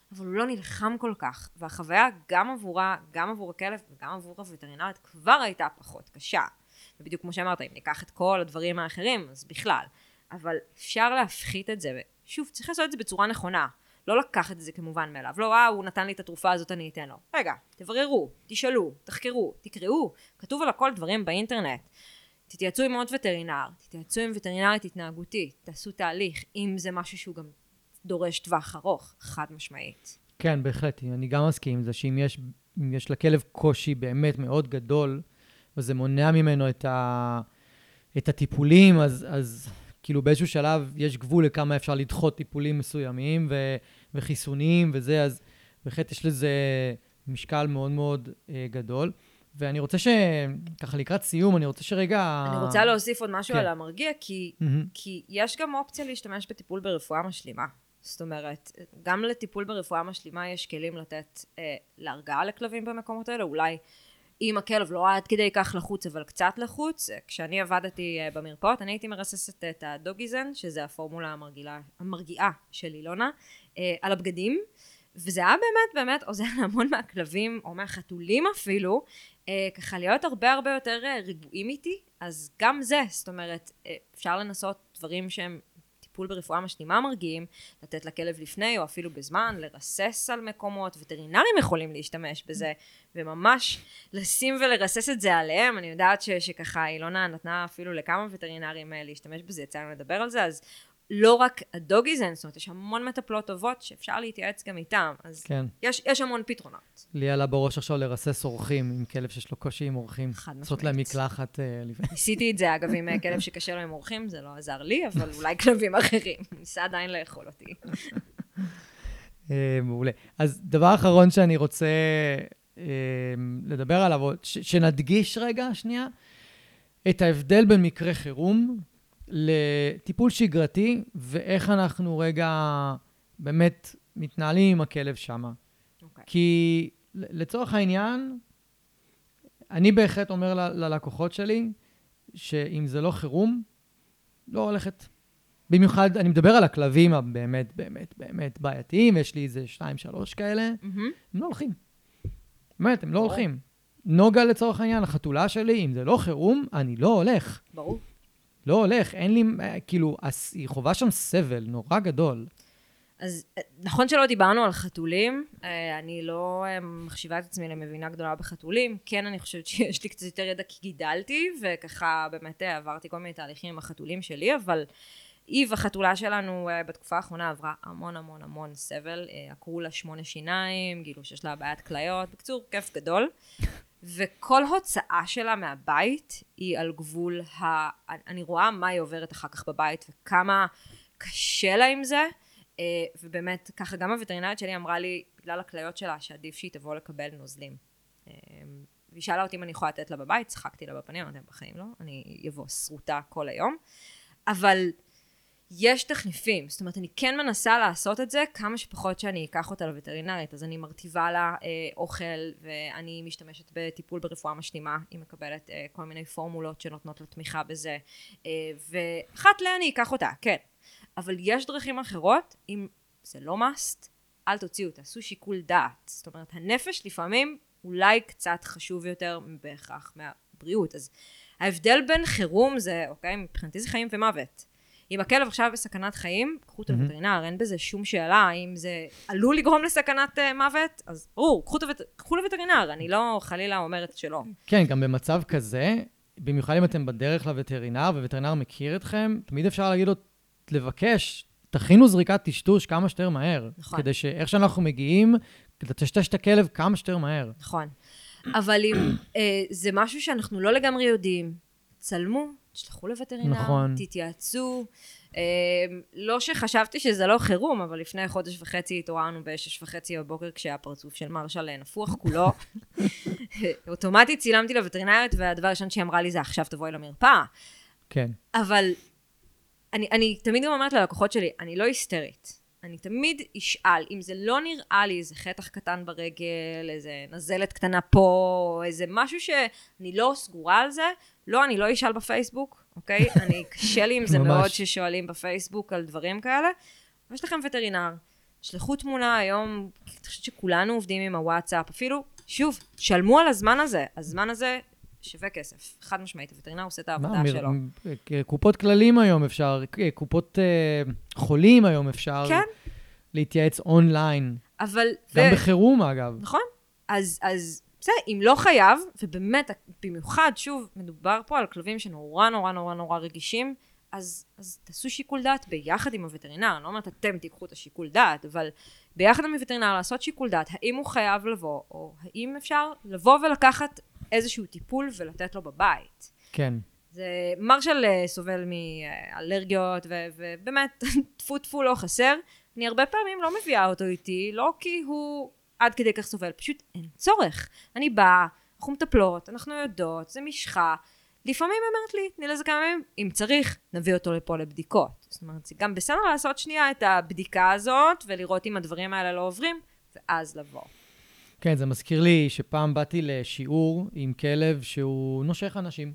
אבל הוא לא נלחם כל כך, והחוויה גם עבורה, גם עבור הכלב וגם עבור הווטרינרית כבר הייתה פחות קשה. ובדיוק כמו שאמרת, אם ניקח את כל הדברים האחרים, אז בכלל. אבל אפשר להפחית את זה, ושוב, צריך לעשות את זה בצורה נכונה. לא לקחת את זה כמובן מאליו. לא, הוא נתן לי את התרופה הזאת, אני אתן לו. רגע, תבררו, תשאלו, תחקרו, תקראו. כתוב על הכל דברים באינטרנט. תתייעצו עם עוד וטרינר, תתייעצו עם וטרינרית התנהגותית, תעשו תהליך, אם זה משהו שהוא גם דורש טווח ארוך, חד משמעית. כן, בהחלט. אני גם מסכים עם זה, שאם יש לכלב קושי באמת מאוד גדול, וזה מונע ממנו את הטיפולים, אז כאילו באיזשהו שלב יש גבול לכמה אפשר לדחות טיפולים מסוימים וחיסונים וזה, אז בהחלט יש לזה משקל מאוד מאוד גדול. ואני רוצה ככה לקראת סיום, אני רוצה שרגע... אני רוצה להוסיף עוד משהו על המרגיע, כי יש גם אופציה להשתמש בטיפול ברפואה משלימה. זאת אומרת, גם לטיפול ברפואה משלימה יש כלים לתת להרגעה לכלבים במקומות האלה, אולי אם הכלב לא עד כדי כך לחוץ, אבל קצת לחוץ. כשאני עבדתי במרפאות, אני הייתי מרססת את הדוגיזן, שזה הפורמולה המרגיעה של אילונה, על הבגדים, וזה היה באמת עוזר להמון מהכלבים, או מהחתולים אפילו, ככה להיות הרבה יותר רגועים איתי, אז גם זה, זאת אומרת, אפשר לנסות דברים שהם טיפול ברפואה משלימה מרגיעים, לתת לכלב לפני או אפילו בזמן, לרסס על מקומות, וטרינרים יכולים להשתמש בזה, וממש לשים ולרסס את זה עליהם. אני יודעת שככה אילונה נתנה אפילו לכמה וטרינרים להשתמש בזה, יצאנו לדבר על זה, אז לא רק הדוגיזן, זאת אומרת, יש המון מטפלות טובות שאפשר להתייעץ גם איתם, אז כן. יש המון פתרונות. לי עלה בראש עכשיו לרסס אורחים, עם כלב שיש לו קושי עם אורחים. חד משמעית. לעשות להם מקלחת לפני. ניסיתי את זה, אגב, עם כלב שקשה לו עם אורחים, זה לא עזר לי, אבל אולי כלבים אחרים. ניסה עדיין לאכול אותי. מעולה. אז דבר אחרון שאני רוצה לדבר עליו, שנדגיש רגע, שנייה, את ההבדל בין מקרה חירום, לטיפול שגרתי, ואיך אנחנו רגע באמת מתנהלים עם הכלב שמה. Okay. כי לצורך העניין, אני בהחלט אומר ללקוחות שלי, שאם זה לא חירום, לא הולכת. במיוחד, אני מדבר על הכלבים באמת בעייתיים, יש לי איזה 2-3 כאלה, הם לא הולכים. באמת, הם לא הולכים. נוגה לצורך העניין, החתולה שלי, אם זה לא חירום, אני לא הולך. ברור. לא הולך, אין לי, כאילו, היא חובה שם סבל נורא גדול. אז נכון שלא דיברנו על חתולים, אני לא מחשיבה את עצמי למבינה גדולה בחתולים, כן אני חושבת שיש לי קצת יותר ידע כי גידלתי, וככה באמת עברתי כל מיני תהליכים עם החתולים שלי, אבל איב החתולה שלנו בתקופה האחרונה עברה המון סבל, עקרו לה 8 שיניים, גילו שיש לה בעיית כליות, בקצור כיף גדול. וכל הוצאה שלה מהבית היא על גבול אני רואה מה היא עוברת אחר כך בבית וכמה קשה לה עם זה, ובאמת ככה גם הווטרינרית שלי אמרה לי בגלל הכליות שלה שעדיף שהיא תבוא לקבל נוזלים, והיא שאלה אותי אם אני יכולה לתת לה בבית, צחקתי לה בפנים, אמרתי בחיים לא, אני אבוא שרוטה כל היום, אבל יש תחליפים, זאת אומרת, אני כן מנסה לעשות את זה כמה שפחות שאני אקח אותה לווטרינרית, אז אני מרטיבה לה אוכל, ואני משתמשת בטיפול ברפואה משלימה, היא מקבלת כל מיני פורמולות שנותנות לה תמיכה בזה, ואחת אני אקח אותה, כן. אבל יש דרכים אחרות, אם זה לא must, אל תוציאו, תעשו שיקול דעת. זאת אומרת, הנפש לפעמים אולי קצת חשוב יותר בהכרח מהבריאות, אז ההבדל בין חירום זה, אוקיי, מבחינתי זה חיים ומוות. אם הכלב עכשיו בסכנת חיים, קחו אותו לווטרינר, אין בזה שום שאלה, אם זה עלול לגרום לסכנת מוות, אז ברור, קחו לווטרינר, אני לא חלילה אומרת שלא. כן, גם במצב כזה, במיוחד אם אתם בדרך לווטרינר, ווטרינר מכיר אתכם, תמיד אפשר להגיד לו, לבקש, תכינו זריקת טשטוש כמה שיותר מהר. נכון. כדי שאיך שאנחנו מגיעים, לטשטש את הכלב כמה שיותר מהר. נכון. אבל אם זה משהו שאנחנו לא לגמרי יודעים, צלמו, תשלחו לווטרינר, נכון. תתייעצו. לא שחשבתי שזה לא חירום, אבל לפני חודש וחצי התעוררנו ב6:30 בבוקר, כשהפרצוף של מרשל נפוח כולו. אוטומטית צילמתי לווטרינרית, והדבר הראשון שהיא אמרה לי זה, עכשיו תבואי למרפאה. כן. אבל אני תמיד גם אומרת ללקוחות שלי, אני לא היסטרית. אני תמיד אשאל, אם זה לא נראה לי איזה חתך קטן ברגל, איזה נזלת קטנה פה, איזה משהו שאני לא סגורה על זה, לא, אני לא אשאל בפייסבוק, אוקיי? קשה לי עם זה מאוד ששואלים בפייסבוק על דברים כאלה. ויש לכם וטרינר, שלחו תמונה היום, אני חושבת שכולנו עובדים עם הוואטסאפ, אפילו, שוב, שלמו על הזמן הזה, הזמן הזה שווה כסף, חד משמעית, הווטרינר עושה את העבודה שלו. קופות כללים היום אפשר, קופות חולים היום אפשר להתייעץ אונליין. אבל... גם בחירום אגב. נכון, אז זה, אם לא חייב, ובאמת, במיוחד, שוב, מדובר פה על כלבים שנורא נורא נורא נורא רגישים, אז תעשו שיקול דעת ביחד עם הווטרינר, אני לא אומרת אתם תיקחו את השיקול דעת, אבל ביחד עם הווטרינר לעשות שיקול דעת, האם הוא חייב לבוא, או האם אפשר לבוא ולקחת איזשהו טיפול ולתת לו בבית. כן. זה מרשל סובל מאלרגיות, ובאמת, טפו לא חסר. אני הרבה פעמים לא מביאה אותו איתי, לא כי הוא עד כדי כך סובל, פשוט אין צורך. אני באה, אנחנו מטפלות, אנחנו יודעות, זה משחה. לפעמים אמרת לי, תני לזה כמה ימים, אם צריך, נביא אותו לפה לבדיקות. זאת אומרת, זה גם בסדר לעשות שנייה את הבדיקה הזאת, ולראות אם הדברים האלה לא עוברים, ואז לבוא. כן, זה מזכיר לי שפעם באתי לשיעור עם כלב שהוא נושך אנשים.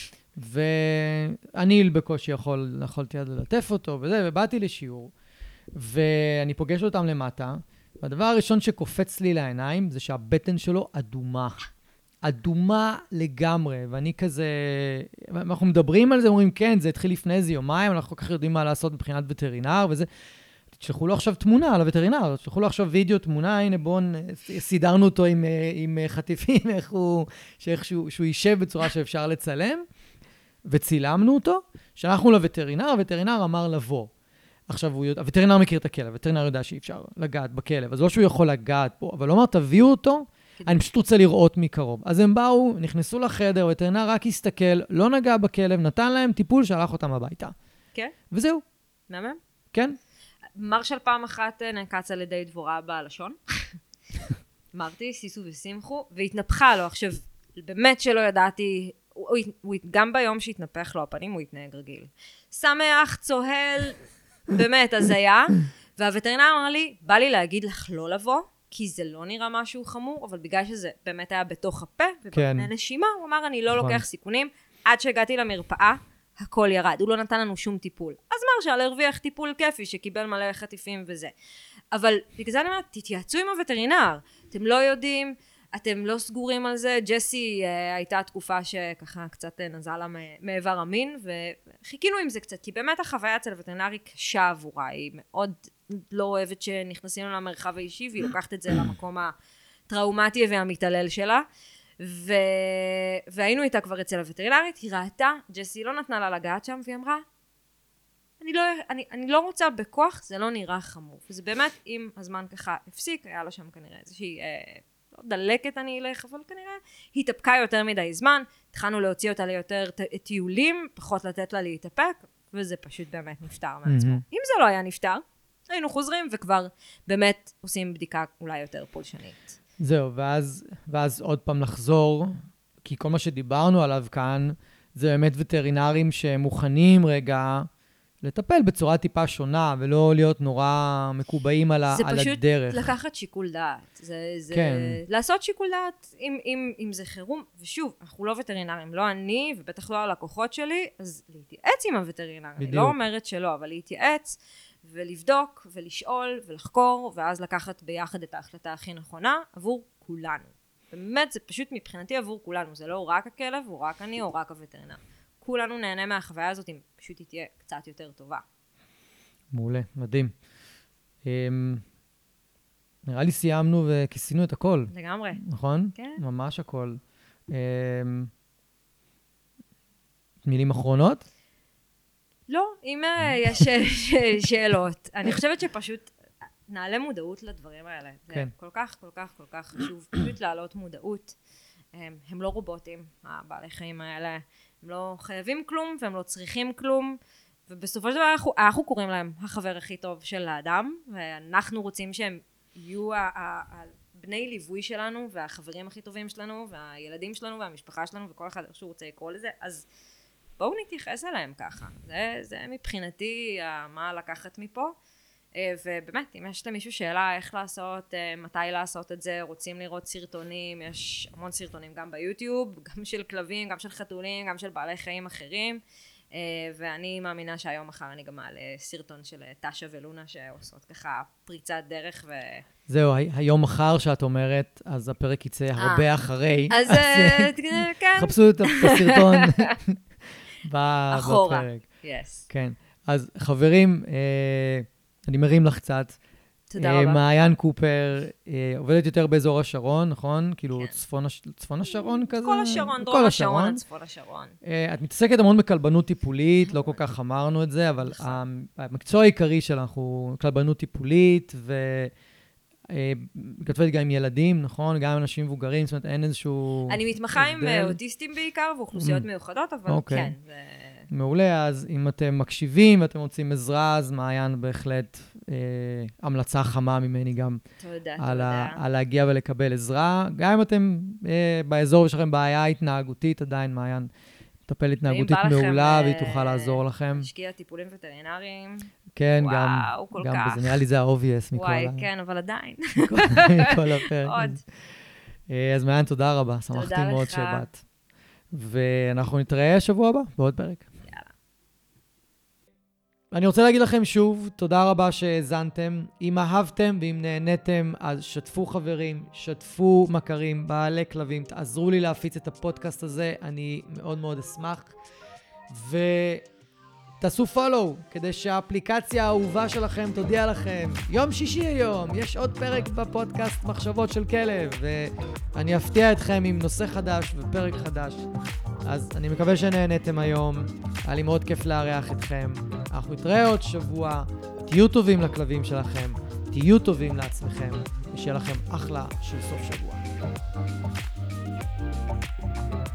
ואני בקושי יכולתי עד ללטף אותו וזה, ובאתי לשיעור. ואני פוגש אותם למטה, והדבר הראשון שקופץ לי לעיניים, זה שהבטן שלו אדומה. אדומה לגמרי, ואני כזה, אנחנו מדברים על זה, אומרים, כן, זה התחיל לפני איזה יומיים, אנחנו כל כך יודעים מה לעשות מבחינת וטרינר, וזה, תשלחו לו עכשיו תמונה על הווטרינר, תשלחו לו עכשיו וידאו, תמונה, הנה בואו, סידרנו אותו עם חטיפים, שהוא יישב בצורה שאפשר לצלם, וצילמנו אותו, שלחנו לווטרינר, הווטרינר אמר לבוא. עכשיו, הווטרינר מכיר את הכלב, הווטרינר יודע שאי אפשר לגעת בכלב, אז לא שהוא יכול לגעת פה, אבל הוא אמר, תביאו אותו, אני פשוט רוצה לראות מקרוב. אז הם באו, נכנסו לחדר, הווטרינר רק הסתכל, לא נגע בכלב, נתן להם טיפול, שלח אותם הביתה. כן. וזהו. נאמן? כן. מרשל פעם אחת נעקץ על ידי דבורה בלשון. אמרתי, סיסו ושימחו, והתנפחה לו. עכשיו, באמת שלא ידעתי, גם ביום שהתנפח לו הפנים, הוא התנהג רגיל. שמח, צוהל, באמת, אז היה. והווטרינר אמר לי, בא לי להגיד לך לא לבוא, כי זה לא נראה משהו חמור, אבל בגלל שזה באמת היה בתוך הפה, ובפני נשימה, הוא אמר, אני לא לוקח סיכונים. עד שהגעתי למרפאה, הכל ירד. הוא לא נתן לנו שום טיפול. אז מרשל הרוויח טיפול כיפי, שקיבל מלא חטיפים וזה. אבל בגלל זה אני אומרת, תתייעצו עם הווטרינר. אתם לא יודעים, אתם לא סגורים על זה. ג'סי הייתה תקופה שככה קצת נזלה לה מעבר המין, וחיכינו עם זה קצת, כי באמת החוויה אצל הווטרינרי קשה עבורה. היא מאוד לא אוהבת שנכנסים לה למרחב האישי, והיא לוקחת את זה למקום הטראומטי והמתעלל שלה. והיינו איתה כבר אצל הווטרינרית, היא ראתה, ג'סי לא נתנה לה לגעת שם, והיא אמרה, אני לא רוצה בכוח, זה לא נראה חמור. וזה באמת, אם הזמן ככה הפסיק, היה לה שם כנראה איזושהי, לא דלקת אני אלך, אבל כנראה היא התאפקה יותר מדי זמן, התחלנו להוציא אותה ליותר טיולים, פחות לתת לה להתאפק, וזה פשוט באמת נפטר מעצמו. אם זה לא היה נפטר, היינו חוזרים וכבר באמת עושים בדיקה אולי יותר פולשנית. זהו, ואז עוד פעם לחזור, כי כל מה שדיברנו עליו כאן, זה באמת וטרינרים שמוכנים רגע לטפל בצורה טיפה שונה, ולא להיות נורא מקובעים על הדרך. זה פשוט לקחת שיקול דעת. זה כן. לעשות שיקול דעת אם זה חירום. ושוב, אנחנו לא וטרינרים, לא אני, ובטח לא הלקוחות שלי, אז להתייעץ עם הווטרינר. בדיוק. אני לא אומרת שלא, אבל להתייעץ ולבדוק ולשאול ולחקור, ואז לקחת ביחד את ההחלטה הכי נכונה עבור כולנו. באמת, זה פשוט מבחינתי עבור כולנו. זה לא רק הכלב, או רק אני, או רק הווטרינר. כולנו נהנה מהחוויה הזאת, אם פשוט היא תהיה קצת יותר טובה. מעולה, מדהים. נראה לי סיימנו וכיסינו את הכל. לגמרי. נכון? כן. ממש הכל. מילים אחרונות? לא, אם יש שאלות. אני חושבת שפשוט נעלה מודעות לדברים האלה. כן. זה כל כך, כל כך, כל כך חשוב. פשוט להעלות מודעות. הם לא רובוטים, הבעלי חיים האלה. הם לא חייבים כלום, והם לא צריכים כלום. ובסופו של דבר אנחנו קוראים להם החבר הכי טוב של האדם, ואנחנו רוצים שהם יהיו בני ליווי שלנו, והחברים הכי טובים שלנו, והילדים שלנו, והמשפחה שלנו, וכל אחד שהוא רוצה לקרוא לזה. אז בואו נתייחס אליהם ככה. זה מבחינתי מה לקחת מפה. ובאמת, אם יש למישהו שאלה איך לעשות, מתי לעשות את זה, רוצים לראות סרטונים, יש המון סרטונים גם ביוטיוב, גם של כלבים, גם של חתולים, גם של בעלי חיים אחרים. ואני מאמינה שהיום מחר אני גם מעלה סרטון של טשה ולונה שעושות ככה פריצת דרך זהו, היום מחר שאת אומרת, אז הפרק יצא הרבה אחרי. אז כן. חפשו את הסרטון אחורה. בפרק. Yes. כן. אז חברים, אני מרים לך קצת. תודה רבה. מעיין קופר עובדת יותר באזור השרון, נכון? כאילו כן. צפון השרון כזה? כל השרון, דרום השרון, צפון השרון. את מתעסקת המון בכלבנות טיפולית, לא כל כך אמרנו את זה, אבל המקצוע העיקרי שלנו הוא כלבנות טיפולית, וכתבת גם עם ילדים, נכון? גם עם אנשים מבוגרים, זאת אומרת, אין איזשהו... אני מתמחה עם אוטיסטים בעיקר, ואוכלוסיות מיוחדות, אבל כן. מעולה, אז אם אתם מקשיבים ואתם רוצים עזרה, אז מעיין בהחלט המלצה חמה ממני גם. תודה. על להגיע ולקבל עזרה. גם אם אתם באזור שלכם בעיה התנהגותית, עדיין מעיין מטפל התנהגותית מעולה, והיא תוכל לעזור לכם. משקיע טיפולים וטרינריים. כן, וואו, כל כך. זה נראה לי זה ה-obvious מכל וואי, כן, אבל עדיין. מכל הפרק. עוד. אז מעיין, תודה רבה. שמחתי מאוד שבאת. ואנחנו נתראה שבוע הבא, בעוד פרק. אני רוצה להגיד לכם שוב, תודה רבה שהאזנתם. אם אהבתם ואם נהניתם, אז שתפו חברים, שתפו מכרים, בעלי כלבים, תעזרו לי להפיץ את הפודקאסט הזה, אני מאוד מאוד אשמח. ותעשו פולו, כדי שהאפליקציה האהובה שלכם תודיע לכם. יום שישי היום, יש עוד פרק בפודקאסט מחשבות של כלב, ואני אפתיע אתכם עם נושא חדש ופרק חדש. אז אני מקווה שנהניתם היום, היה לי מאוד כיף לארח אתכם. אנחנו נתראה עוד שבוע, תהיו טובים לכלבים שלכם, תהיו טובים לעצמכם, ושיהיה לכם אחלה של סוף שבוע.